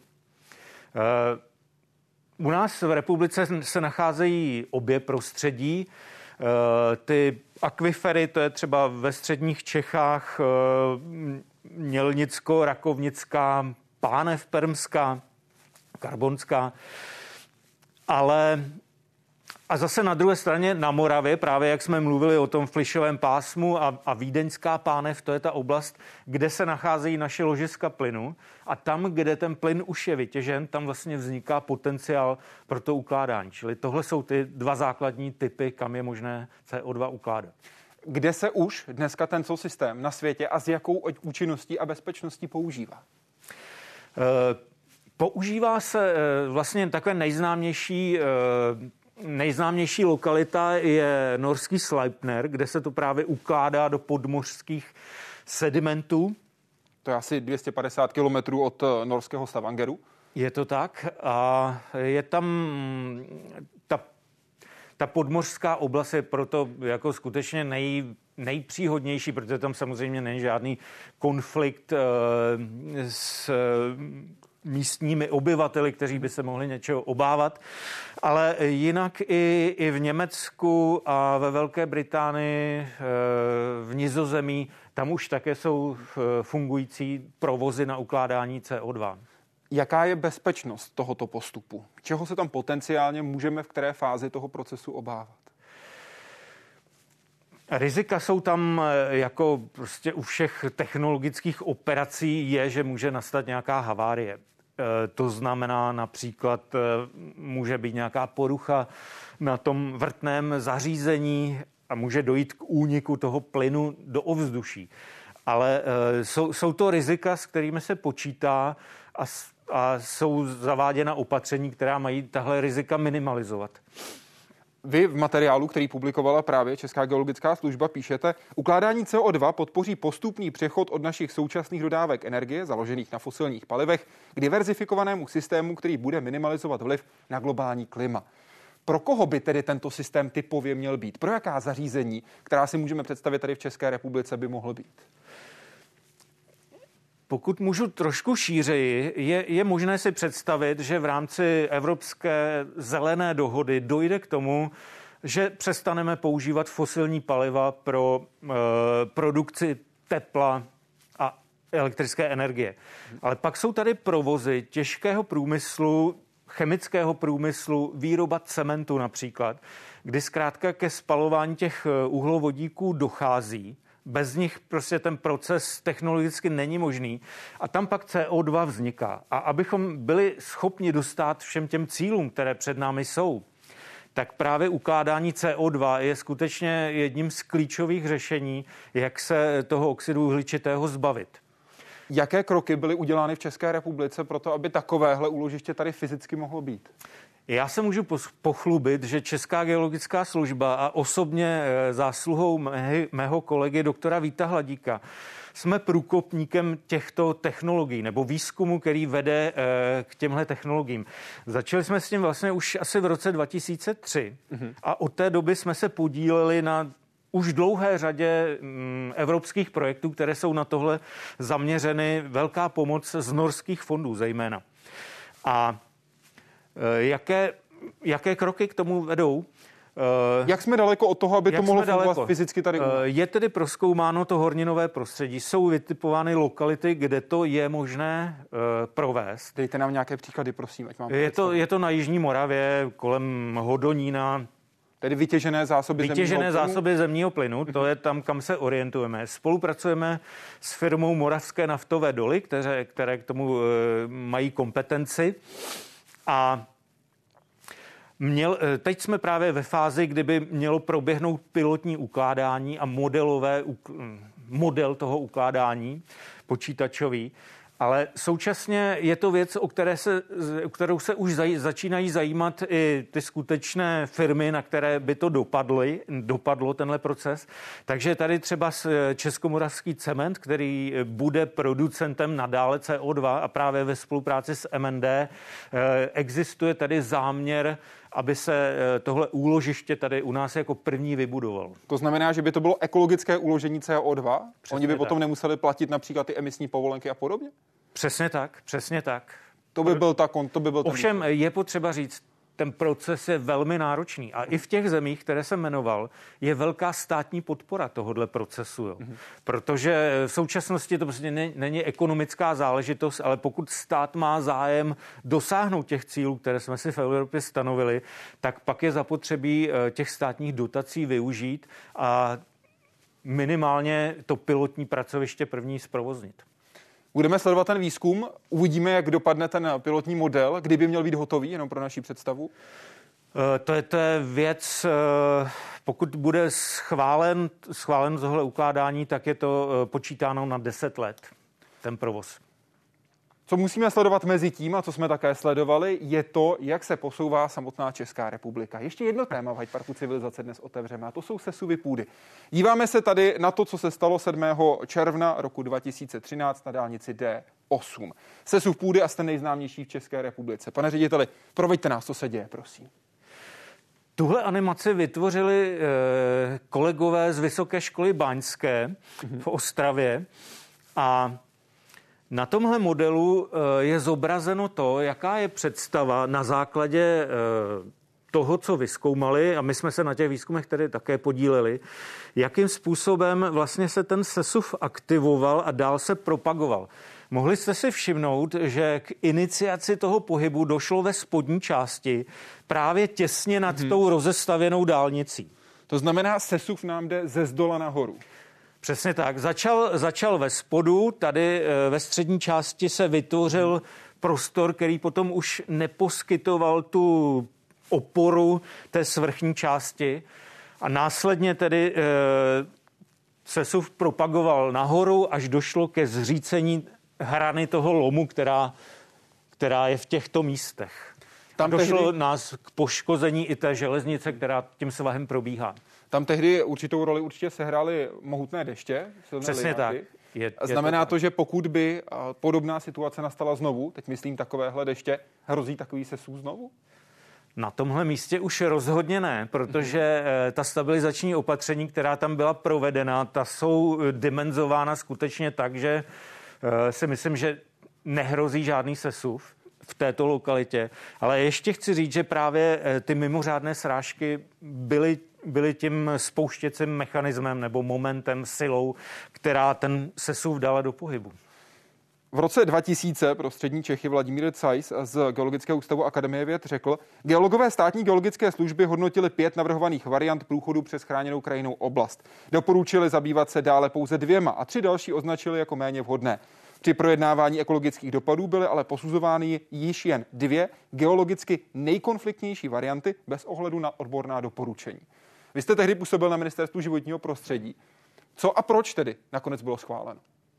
U nás v republice se nacházejí obě prostředí. Ty akvifery, to je třeba ve středních Čechách Mělnicko, Rakovnická, Pánev Permská, Karbonská, ale a zase na druhé straně na Moravě, právě jak jsme mluvili o tom Flišovém pásmu a, a Vídeňská Pánev, to je ta oblast, kde se nacházejí naše ložiska plynu a tam, kde ten plyn už je vytěžen, tam vlastně vzniká potenciál pro to ukládání. Čili tohle jsou ty dva základní typy, kam je možné C O dva ukládat. Kde se už dneska ten systém na světě a s jakou účinností a bezpečností používá? E, používá se e, vlastně takové nejznámější e, Nejznámější lokalita je norský Sleipner, kde se to právě ukládá do podmořských sedimentů. To je asi dvě stě padesát kilometrů od norského Stavangeru. Je to tak a je tam ta, ta podmořská oblast je proto jako skutečně nej, nejpříhodnější, protože tam samozřejmě není žádný konflikt uh, s místními obyvateli, kteří by se mohli něčeho obávat. Ale jinak i, i v Německu a ve Velké Británii, v Nizozemí, tam už také jsou fungující provozy na ukládání C O dva. Jaká je bezpečnost tohoto postupu? Čeho se tam potenciálně můžeme v které fázi toho procesu obávat? Rizika jsou tam jako prostě u všech technologických operací je, že může nastat nějaká havárie. To znamená například může být nějaká porucha na tom vrtném zařízení a může dojít k úniku toho plynu do ovzduší. Ale jsou, jsou to rizika, s kterými se počítá a, a jsou zaváděna opatření, která mají tahle rizika minimalizovat. Vy v materiálu, který publikovala právě Česká geologická služba, píšete, ukládání C O dva podpoří postupný přechod od našich současných dodávek energie, založených na fosilních palivech, k diverzifikovanému systému, který bude minimalizovat vliv na globální klima. Pro koho by tedy tento systém typově měl být? Pro jaká zařízení, která si můžeme představit tady v České republice, by mohl být? Pokud můžu trošku šířeji, je, je možné si představit, že v rámci Evropské zelené dohody dojde k tomu, že přestaneme používat fosilní paliva pro e, produkci tepla a elektrické energie. Ale pak jsou tady provozy těžkého průmyslu, chemického průmyslu, výroba cementu například, kdy zkrátka ke spalování těch uhlovodíků dochází. Bez nich prostě ten proces technologicky není možný a tam pak C O dva vzniká. A abychom byli schopni dostát všem těm cílům, které před námi jsou, tak právě ukládání C O dva je skutečně jedním z klíčových řešení, jak se toho oxidu uhličitého zbavit. Jaké kroky byly udělány v České republice pro to, aby takovéhle úložiště tady fyzicky mohlo být? Já se můžu pochlubit, že Česká geologická služba a osobně zásluhou mé, mého kolegy doktora Víta Hladíka jsme průkopníkem těchto technologií nebo výzkumu, který vede k těmhle technologiím. Začali jsme s tím vlastně už asi v roce dva tisíce tři mm-hmm. a od té doby jsme se podíleli na už dlouhé řadě mm, evropských projektů, které jsou na tohle zaměřeny. Velká pomoc z norských fondů zejména. A Jaké, jaké kroky k tomu vedou? Jak jsme daleko od toho, aby to mohlo fungovat fyzicky tady? Je tedy prozkoumáno to horninové prostředí. Jsou vytipovány lokality, kde to je možné uh, provést. Dejte nám nějaké příklady, prosím. Ať mám je, to, je to na Jižní Moravě, kolem Hodonína. Tedy vytěžené zásoby vytěžené zemního plynu? zásoby zemního plynu, to je tam, kam se orientujeme. Spolupracujeme s firmou Moravské naftové doly, které, které k tomu uh, mají kompetenci. A měl, teď jsme právě ve fázi, kdyby mělo proběhnout pilotní ukládání a modelové, model toho ukládání počítačový. Ale současně je to věc, o, které se, o kterou se už zaj, začínají zajímat i ty skutečné firmy, na které by to dopadly, dopadlo tenhle proces. Takže tady třeba Českomoravský cement, který bude producentem nadále C O dva a právě ve spolupráci s M N D existuje tady záměr, aby se tohle úložiště tady u nás jako první vybudovalo. To znamená, že by to bylo ekologické uložení C O dva? Přesně Oni by potom tak. nemuseli platit například ty emisní povolenky a podobně? Přesně tak, přesně tak. To by byl tak, to by byl ten Ovšem výsledek. je potřeba říct, ten proces je velmi náročný. A i v těch zemích, které jsem jmenoval, je velká státní podpora tohohle procesu. Jo. Mm-hmm. Protože v současnosti to prostě ne, není ekonomická záležitost, ale pokud stát má zájem dosáhnout těch cílů, které jsme si v Evropě stanovili, tak pak je zapotřebí těch státních dotací využít a minimálně to pilotní pracoviště první zprovoznit. Budeme sledovat ten výzkum, uvidíme, jak dopadne ten pilotní model, kdyby měl být hotový, jenom pro naši představu. To je, to je věc, pokud bude schválen, schválen tohle ukládání, tak je to počítáno na deset let, ten provoz. Co musíme sledovat mezi tím a co jsme také sledovali, je to, jak se posouvá samotná Česká republika. Ještě jedno téma v Hyde Parku civilizace dnes otevřeme a to jsou sesuvy půdy. Díváme se tady na to, co se stalo sedmého června roku dva tisíce třináct na dálnici D osm. Sesuv půdy asi ten nejznámější v České republice. Pane řediteli, proveďte nás, co se děje, prosím. Tuhle animaci vytvořili eh, kolegové z Vysoké školy báňské mm-hmm. v Ostravě a na tomhle modelu je zobrazeno to, jaká je představa na základě toho, co vyzkoumali, a my jsme se na těch výzkumech tedy také podíleli, jakým způsobem vlastně se ten sesuv aktivoval a dál se propagoval. Mohli jste si všimnout, že k iniciaci toho pohybu došlo ve spodní části právě těsně nad hmm. tou rozestavěnou dálnicí. To znamená, sesuv nám jde ze zdola nahoru. Přesně tak. Začal, začal ve spodu, tady ve střední části se vytvořil prostor, který potom už neposkytoval tu oporu té svrchní části a následně tedy e, sesuv propagoval nahoru, až došlo ke zřícení hrany toho lomu, která, která je v těchto místech. Tam došlo tehdy... nás k poškození i té železnice, která tím svahem probíhá. Tam tehdy určitou roli určitě sehrály mohutné deště. Přesně lináky. tak. Je, je Znamená to, to, že pokud by podobná situace nastala znovu, teď myslím takovéhle deště, hrozí takový sesuv znovu? Na tomhle místě už rozhodně ne, protože ta stabilizační opatření, která tam byla provedena, ta jsou dimenzována skutečně tak, že si myslím, že nehrozí žádný sesuv v této lokalitě. Ale ještě chci říct, že právě ty mimořádné srážky byly byly tím spouštěcím mechanismem nebo momentem, silou, která ten sesuv dala do pohybu. V roce dva tisíce pro střední Čechy Vladimír Cajs z Geologického ústavu Akademie věd řekl, geologové státní geologické služby hodnotili pět navrhovaných variant průchodu přes chráněnou krajinnou oblast. Doporučili zabývat se dále pouze dvěma a tři další označili jako méně vhodné. Při projednávání ekologických dopadů byly ale posuzovány již jen dvě geologicky nejkonfliktnější varianty bez ohledu na odborná doporučení. Vy jste tehdy působil na Ministerstvu životního prostředí. Co a proč tedy nakonec bylo schváleno?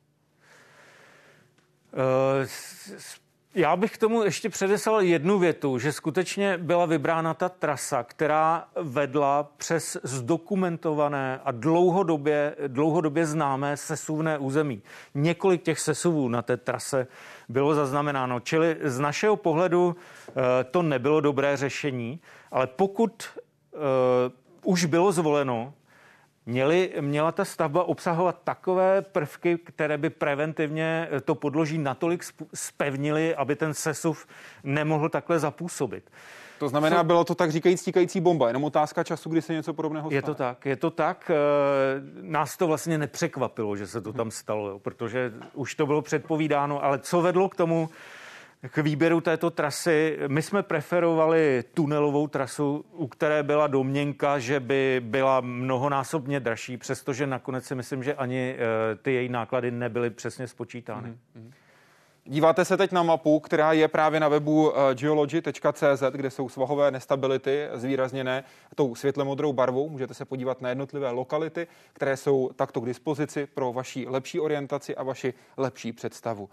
Uh, já bych k tomu ještě předeslal jednu větu, že skutečně byla vybrána ta trasa, která vedla přes zdokumentované a dlouhodobě, dlouhodobě známé sesuvné území. Několik těch sesuvů na té trase bylo zaznamenáno, čili z našeho pohledu uh, to nebylo dobré řešení, ale pokud uh, už bylo zvoleno, měli, měla ta stavba obsahovat takové prvky, které by preventivně to podloží natolik zpevnily, aby ten sesuv nemohl takhle zapůsobit. To znamená, Co? Bylo to tak říkajíc tíkající bomba, jenom otázka času, kdy se něco podobného stane. Je to tak, je to tak. Nás to vlastně nepřekvapilo, že se to tam stalo, protože už to bylo předpovídáno, ale co vedlo k tomu, k výběru této trasy? My jsme preferovali tunelovou trasu, u které byla domněnka, že by byla mnohonásobně dražší, přestože nakonec si myslím, že ani ty její náklady nebyly přesně spočítány. Mm-hmm. Díváte se teď na mapu, která je právě na webu geology tečka cé zet, kde jsou svahové nestability zvýrazněné tou světle modrou barvou. Můžete se podívat na jednotlivé lokality, které jsou takto k dispozici pro vaši lepší orientaci a vaši lepší představu.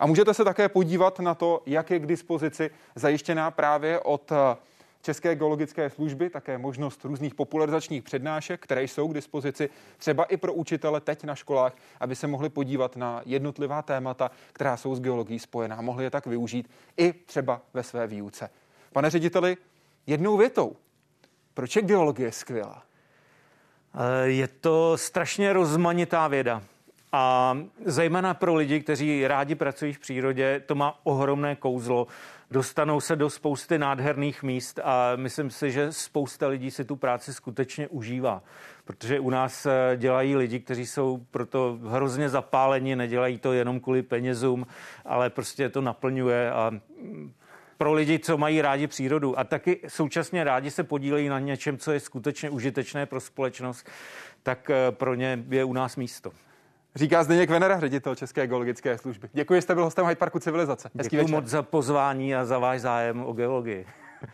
A můžete se také podívat na to, jak je k dispozici zajištěná právě od České geologické služby, také možnost různých popularizačních přednášek, které jsou k dispozici třeba i pro učitele teď na školách, aby se mohli podívat na jednotlivá témata, která jsou s geologií spojená. Mohli je tak využít i třeba ve své výuce. Pane řediteli, jednou větou, proč je geologie skvělá? Je to strašně rozmanitá věda. A zejména pro lidi, kteří rádi pracují v přírodě, to má ohromné kouzlo. Dostanou se do spousty nádherných míst a myslím si, že spousta lidí si tu práci skutečně užívá. Protože u nás dělají lidi, kteří jsou proto hrozně zapáleni, nedělají to jenom kvůli penězům, ale prostě to naplňuje a pro lidi, co mají rádi přírodu a taky současně rádi se podílejí na něčem, co je skutečně užitečné pro společnost, tak pro ně je u nás místo. Říká Zdeněk Venera, ředitel České geologické služby. Děkuji, že jste byl hostem Hyde Parku Civilizace. Hezký Děkuji večer. moc za pozvání a za váš zájem o geologii.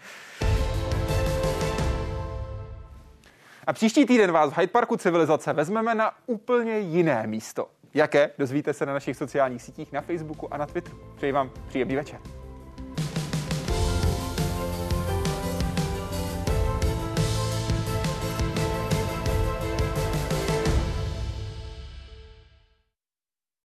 A příští týden vás v Hyde Parku Civilizace vezmeme na úplně jiné místo. Jaké? Dozvíte se na našich sociálních sítích, na Facebooku a na Twitteru. Přeji vám příjemný večer.